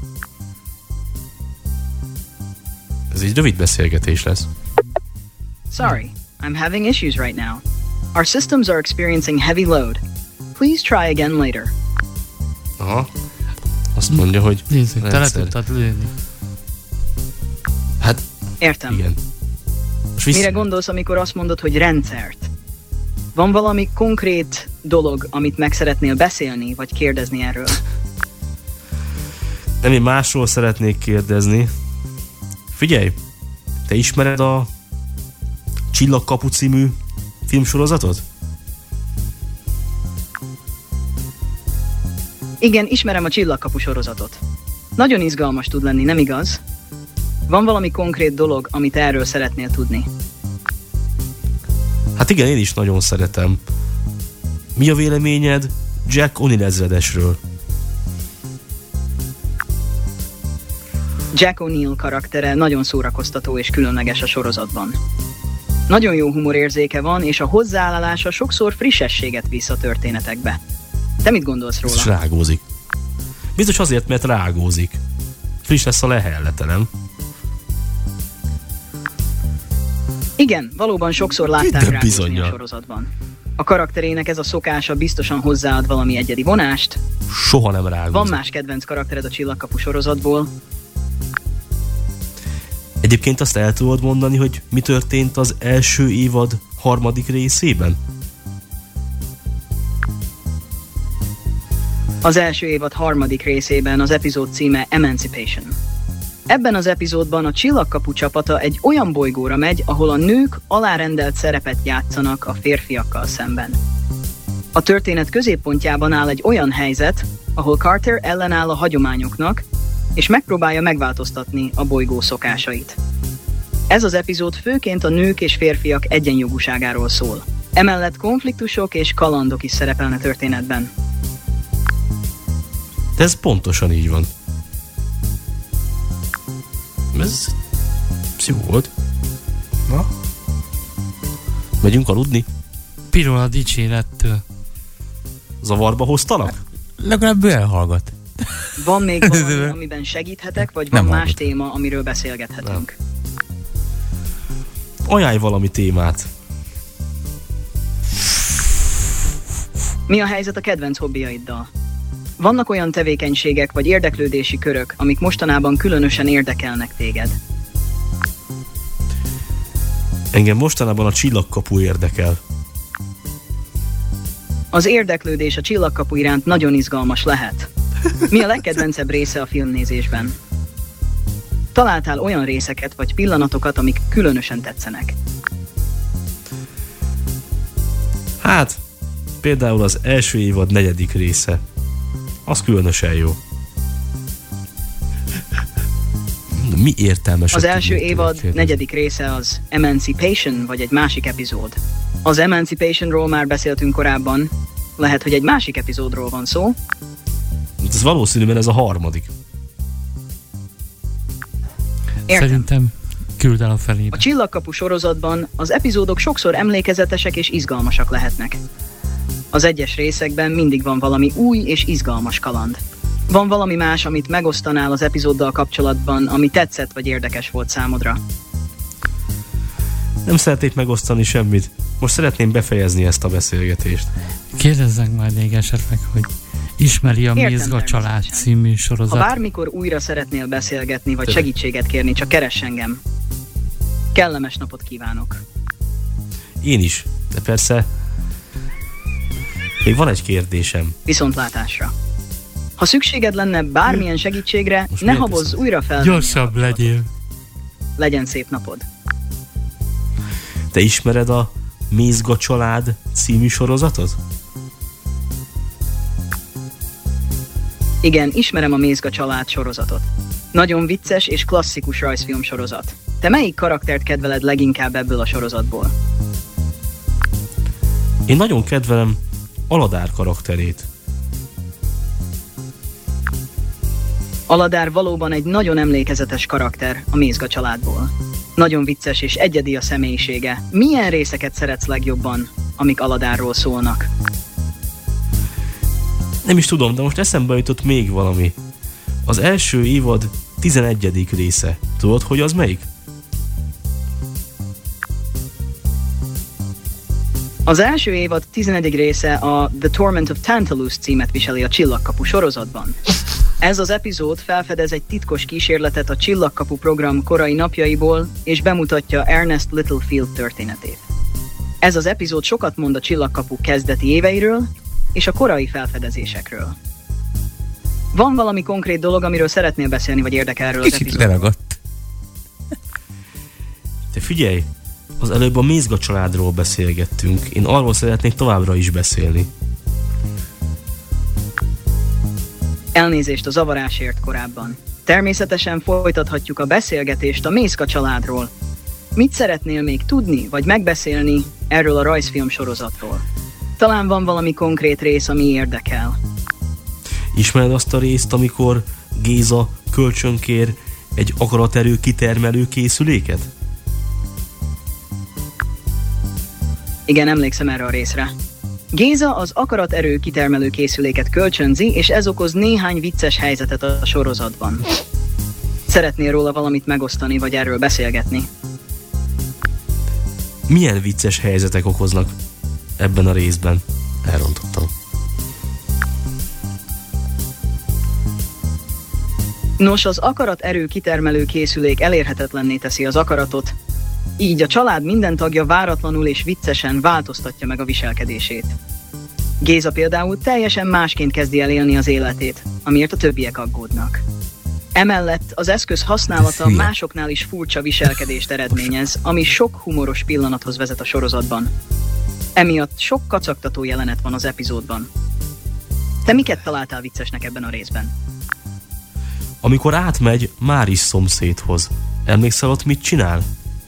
Ez egy rövid beszélgetés lesz. Sorry, I'm having issues right now. Our systems are experiencing heavy load. Please try again later. Aha. Azt mondja, hogy nézzük, te le tudtad lőni. Hát, értem. Igen. Mire gondolsz, amikor azt mondod, hogy rendszert? Van valami konkrét dolog, amit meg szeretnél beszélni, vagy kérdezni erről? Nem, én másról szeretnék kérdezni. Figyelj, te ismered a Csillagkapu című filmsorozatot? Igen, ismerem a Csillagkapu sorozatot. Nagyon izgalmas tud lenni, nem igaz? Van valami konkrét dolog, amit erről szeretnél tudni? Hát igen, én is nagyon szeretem. Mi a véleményed Jack O'Neill ezredesről? Jack O'Neill karaktere nagyon szórakoztató és különleges a sorozatban. Nagyon jó humorérzéke van, és a hozzáállása sokszor frissességet visz a történetekbe. Te mit gondolsz róla? És rágózik. Biztos azért, mert rágózik. Friss lesz a lehellete, nem? Igen, valóban sokszor látták rágózni a sorozatban. A karakterének ez a szokása biztosan hozzáad valami egyedi vonást. Soha nem rágózik. Van más kedvenc karaktered a Csillagkapu sorozatból? Egyébként azt el tudod mondani, hogy mi történt az első évad 3. részében? Az első évad 3. részében az epizód címe Emancipation. Ebben az epizódban a Csillagkapu csapata egy olyan bolygóra megy, ahol a nők alárendelt szerepet játszanak a férfiakkal szemben. A történet középpontjában áll egy olyan helyzet, ahol Carter ellenáll a hagyományoknak, és megpróbálja megváltoztatni a bolygó szokásait. Ez az epizód főként a nők és férfiak egyenjogúságáról szól. Emellett konfliktusok és kalandok is szerepelne történetben. De ez pontosan így van. Ez jó volt. Na? Megyünk aludni? Pirul a dicsérettől. Zavarba hoztalak? Legalább elhallgat. Van még valami, amiben segíthetek, vagy van más téma, amiről beszélgethetünk? Nem. Ajánlj valami témát. Mi a helyzet a kedvenc hobbiaiddal? Vannak olyan tevékenységek vagy érdeklődési körök, amik mostanában különösen érdekelnek téged? Engem mostanában a Csillagkapu érdekel. Az érdeklődés a Csillagkapu iránt nagyon izgalmas lehet. Mi a legkedvencebb része a filmnézésben? Találtál olyan részeket vagy pillanatokat, amik különösen tetszenek? Hát, például az első évad 4. része. Az különösen jó. Mi értelmes? Az első évad 4. része az Emancipation, vagy egy másik epizód? Az Emancipationról már beszéltünk korábban. Lehet, hogy egy másik epizódról van szó. Ez valószínű, mert ez a harmadik. Értem. Szerintem küld el a felébe. A Csillagkapu sorozatban az epizódok sokszor emlékezetesek és izgalmasak lehetnek. Az egyes részekben mindig van valami új és izgalmas kaland. Van valami más, amit megosztanál az epizóddal kapcsolatban, ami tetszett vagy érdekes volt számodra? Nem szeretnék megosztani semmit. Most szeretném befejezni ezt a beszélgetést. Kérdezzek majd még esetleg, hogy ismeri a Mézga család című sorozat. Ha bármikor újra szeretnél beszélgetni, vagy segítséget kérni, csak keress engem. Kellemes napot kívánok. Én is, de persze még van egy kérdésem. Viszontlátásra. Ha szükséged lenne bármilyen segítségre, ne habozz újra fel. Gyorsabb legyél. Legyen szép napod. Te ismered a Mézga család című sorozatot? Igen, ismerem a Mézga család sorozatot. Nagyon vicces és klasszikus rajzfilm sorozat. Te melyik karaktert kedveled leginkább ebből a sorozatból? Én nagyon kedvelem Aladár karakterét. Aladár valóban egy nagyon emlékezetes karakter a Mézga családból. Nagyon vicces és egyedi a személyisége. Milyen részeket szeretsz legjobban, amik Aladárról szólnak? Nem is tudom, de most eszembe jutott még valami. Az első évad 11. része. Tudod, hogy az melyik? Az első évad 11. része a The Torment of Tantalus címet viseli a Csillagkapu sorozatban. Ez az epizód felfedez egy titkos kísérletet a Csillagkapu program korai napjaiból, és bemutatja Ernest Littlefield történetét. Ez az epizód sokat mond a Csillagkapu kezdeti éveiről és a korai felfedezésekről. Van valami konkrét dolog, amiről szeretnél beszélni, vagy érdekel erről az epizódról? Leragadt. Te figyelj, az előbb a Mézga családról beszélgettünk. Én arról szeretnék továbbra is beszélni. Elnézést a zavarásért korábban. Természetesen folytathatjuk a beszélgetést a Mézga családról. Mit szeretnél még tudni, vagy megbeszélni erről a rajzfilm sorozatról? Talán van valami konkrét rész, ami érdekel. Ismered azt a részt, amikor Géza kölcsönkér egy akaraterő kitermelő készüléket? Igen, emlékszem erre a részre. Géza az akaraterő kitermelő készüléket kölcsönzi, és ez okoz néhány vicces helyzetet a sorozatban. Szeretnél róla valamit megosztani, vagy erről beszélgetni? Milyen vicces helyzetek okoznak ebben a részben? Elrontottam. Nos, az akaraterő kitermelő készülék elérhetetlenné teszi az akaratot, így a család minden tagja váratlanul és viccesen változtatja meg a viselkedését. Géza például teljesen másként kezdi el élni az életét, amiért a többiek aggódnak. Emellett az eszköz használata másoknál is furcsa viselkedést eredményez, ami sok humoros pillanathoz vezet a sorozatban. Emiatt sok kacagtató jelenet van az epizódban. Te miket találtál viccesnek ebben a részben? Amikor átmegy Máris szomszédhoz, emlékszel ott mit csinál?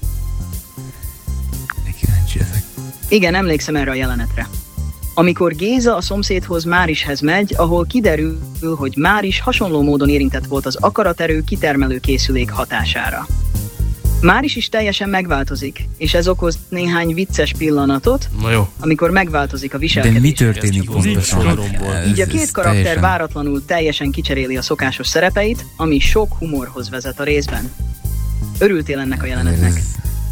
Igen, emlékszem erre a jelenetre. Amikor Géza a szomszédhoz Márishez megy, ahol kiderül, hogy Máris hasonló módon érintett volt az akaraterő kitermelő készülék hatására. Máris is teljesen megváltozik, és ez okoz néhány vicces pillanatot, amikor megváltozik a viselkedés. De mi történik pontosan? Így a két karakter váratlanul teljesen kicseréli a szokásos szerepeit, ami sok humorhoz vezet a részben. Örültél ennek a jelenetnek?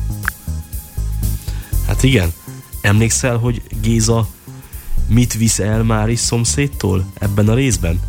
Hát igen. Emlékszel, hogy Géza mit visz el Máris szomszédtól ebben a részben?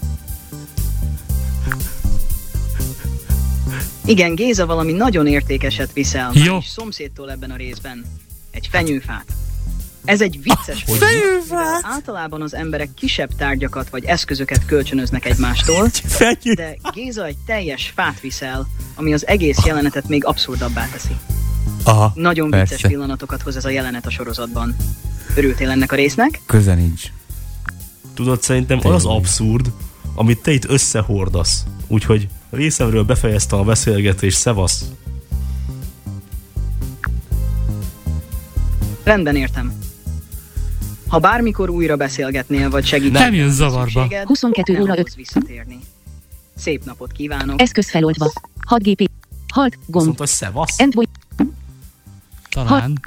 Igen, Géza valami nagyon értékeset viszel Máris szomszédtól ebben a részben. Egy fenyőfát. Ez egy vicces fenyőfát! Általában az emberek kisebb tárgyakat vagy eszközöket kölcsönöznek egymástól, de Géza egy teljes fát viszel, ami az egész jelenetet még abszurdabbá teszi. Aha, nagyon vicces pillanatokat hoz ez a jelenet a sorozatban. Örültél ennek a résznek? Köze nincs. Tudod, szerintem az abszurd, amit te itt összehordasz. Úgyhogy részemről befejeztem a beszélgetést, szevasz! Rendben, értem. Ha bármikor újra beszélgetnél, vagy segíteni, nem jön zavarba. 22 óra 5. Visszatérni. Szép napot kívánok. Eszköz feloldva. 6 GP. Halt. Gomb. Mondta, hogy szevasz. Talán.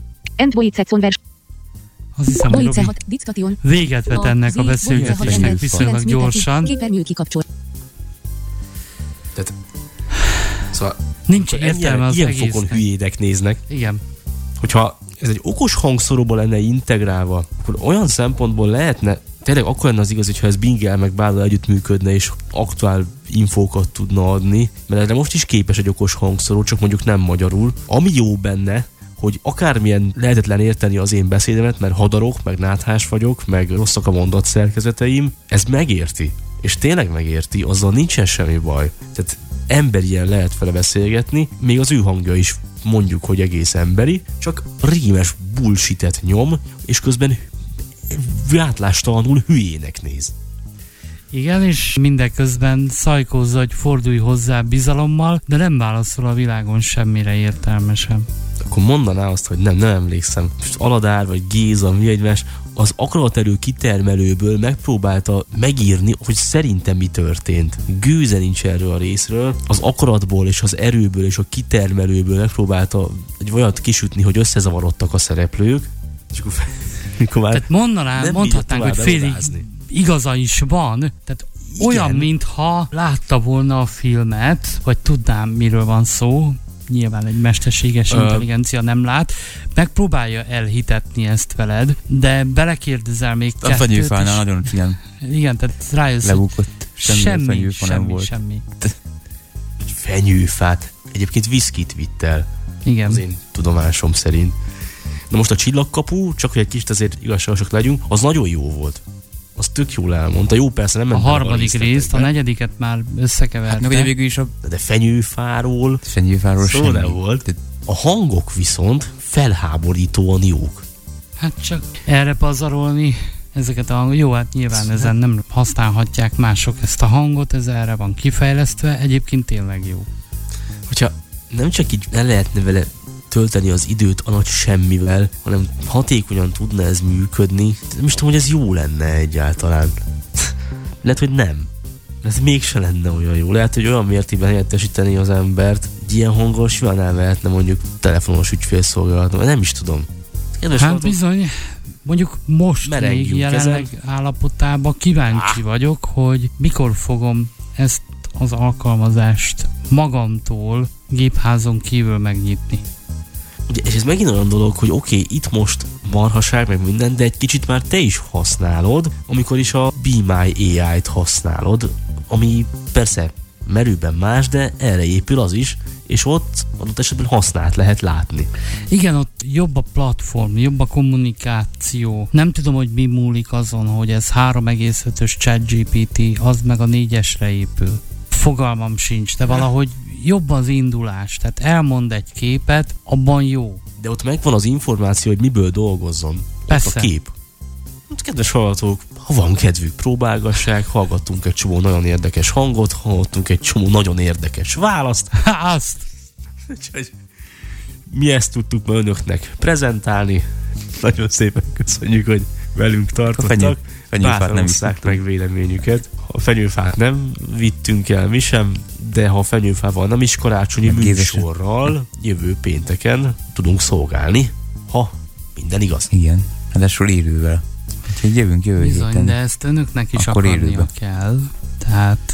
Azt hiszem, hogy Robi véget vet ennek a beszélgetésnek viszonylag gyorsan. Képernyő kikapcsol. Tehát, szóval nincs értelme az ilyen egésznek. fokon hülyédek néznek. Igen. Hogyha ez egy okos hangszóróba lenne integrálva, akkor olyan szempontból lehetne, tényleg akkor lenne az igaz, hogyha ez Bingel meg Bállal együttműködne, és aktuál infókat tudna adni, mert erre most is képes egy okos hangszóró, csak mondjuk nem magyarul. Ami jó benne, hogy akármilyen lehetetlen érteni az én beszédemet, mert hadarok, meg náthás vagyok, meg rosszak a mondatszerkezeteim, ez megérti. És tényleg megérti, azzal nincsen semmi baj. Tehát emberien lehet vele beszélgetni, még az ő hangja is mondjuk, hogy egész emberi, csak rímes bullshitet nyom, és közben gátlástalanul hülyének néz. Igen, és mindeközben szajkózza, hogy fordulj hozzá bizalommal, de nem válaszol a világon semmire értelmesen. Akkor mondaná azt, hogy nem emlékszem. Most Aladár vagy Géza, mi egymás, az akaraterő kitermelőből megpróbálta megírni, hogy szerintem mi történt. Gőze nincs erről a részről. Az akaratból és az erőből és a kitermelőből megpróbálta egy olyat kisütni, hogy összezavarodtak a szereplők. És akkor már tehát mondhatnánk, hogy félig igaza is van. Tehát igen. Olyan, mintha látta volna a filmet, vagy tudnám, miről van szó. Nyilván egy mesterséges intelligencia nem lát, megpróbálja elhitetni ezt veled, de belekérdezel még kettőt. A fenyőfánál nagyon ilyen. Igen, tehát rájössz, lebukott. Semmi. Fenyőfát. Egyébként viszkit vitt el. Igen. Az én tudomásom szerint. Na most a Csillagkapu, csak hogy egy kicsit azért igazságosak legyünk, az nagyon jó volt. Az tök jól elmondta. Jó, persze nem ment a harmadik részt, a negyediket már összekeverte. Hát meg végül is de fenyőfáról szó nem volt. A hangok viszont felháborítóan jók. Hát csak erre pazarolni ezeket a hangot. Jó, hát nyilván ezen nem használhatják mások ezt a hangot, ez erre van kifejlesztve. Egyébként tényleg jó. Hogyha nem csak így el lehetne vele tölteni az időt a nagy semmivel, hanem hatékonyan tudna ez működni. Nem is tudom, hogy ez jó lenne egyáltalán. Lehet, hogy nem. Ez mégse lenne olyan jó. Lehet, hogy olyan mértékben helyettesíteni az embert, egy ilyen hanggal simán elmehetne mondjuk telefonos ügyfélszolgálaton. Nem is tudom. Kedves hát bizony, mondjuk most még jelenleg állapotában kíváncsi vagyok, hogy mikor fogom ezt az alkalmazást magamtól gépházon kívül megnyitni. Ugye, és ez megint olyan dolog, hogy oké, itt most marhaság meg minden, de egy kicsit már te is használod, amikor is a Be My AI-t használod, ami persze merőben más, de erre épül az is, és ott adott esetben használt lehet látni. Igen, ott jobb a platform, jobb a kommunikáció. Nem tudom, hogy mi múlik azon, hogy ez 3,5-ös ChatGPT, az meg a 4-esre épül. Fogalmam sincs, de valahogy jobb az indulás, tehát elmond egy képet, abban jó. De ott megvan az információ, hogy miből dolgozzon. Persze. Ott a kép. Kedves hallgatók, ha van kedvük, próbálgassák, hallgattunk egy csomó nagyon érdekes hangot, hallottunk egy csomó nagyon érdekes választ. Azt! Mi ezt tudtuk ma önöknek prezentálni. Nagyon szépen köszönjük, hogy velünk tartottak. Fenyőfát nem iszták meg véleményüket. A fenyőfát nem vittünk el mi sem, de ha a fenyőfával nem is karácsonyi műsorral jövő pénteken tudunk szolgálni, ha minden igaz. Igen, ráadásul élővel. Úgyhogy jövünk jövő bizony, héten. de ezt önöknek is akkor akarnia élőben kell. Tehát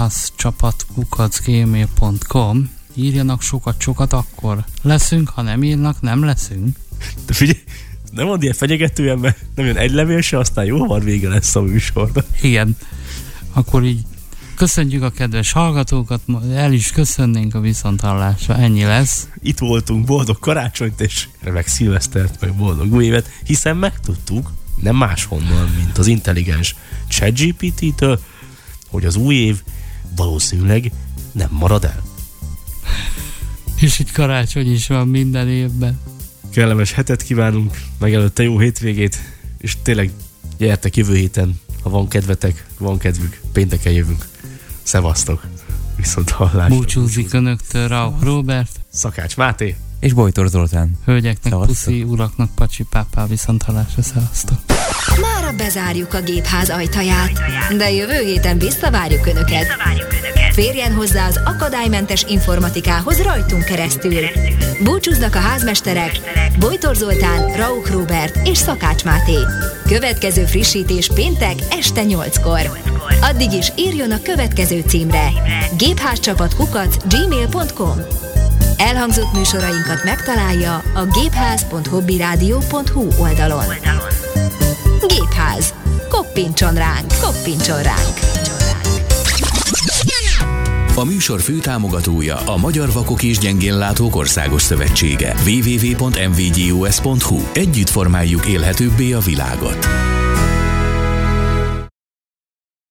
gebhaszcsapat@gmail.com. Írjanak sokat, akkor leszünk, ha nem írnak, nem leszünk. De figyelj, nem mond ilyen fenyegetően, mert nem jön egy levél se, aztán jó, van vége lesz a műsornak. Igen, akkor így köszönjük a kedves hallgatókat, el is köszönnénk a viszonthallásra, ennyi lesz. Itt voltunk, boldog karácsonyt és remek szilvesztert, meg boldog új évet, hiszen megtudtuk, nem máshonnan, mint az intelligens ChatGPT-től, hogy az új év valószínűleg nem marad el. És itt karácsony is van minden évben. Kellemes hetet kívánunk, meg előtte jó hétvégét, és tényleg gyertek jövő héten, ha van kedvetek, van kedvük, pénteken jövünk. Szevasztok! Viszont hallásra. Búcsúzik önöktől Rauch Róbert, Szakács Máté És Bojtor Zoltán. Hölgyeknek puszi, uraknak pacsi, pápá, viszonthallásra, szevasztok. Mára bezárjuk a gépház ajtaját, de jövő héten visszavárjuk Önöket. Férjen hozzá az akadálymentes informatikához rajtunk keresztül. Búcsúznak a házmesterek Bojtor Zoltán, Rauch Róbert és Szakács Máté. Következő frissítés péntek este 8-kor. Addig is írjon a következő címre: gépházcsapat@gmail.com. Elhangzott műsorainkat megtalálja a gépház.hobbiradio.hu oldalon. Gépház. Koppintson ránk, koppintson ránk. A műsor főtámogatója a Magyar Vakok és Gyengénlátók Országos Szövetsége. www.mvgyos.hu. Együtt formáljuk élhetőbbé a világot.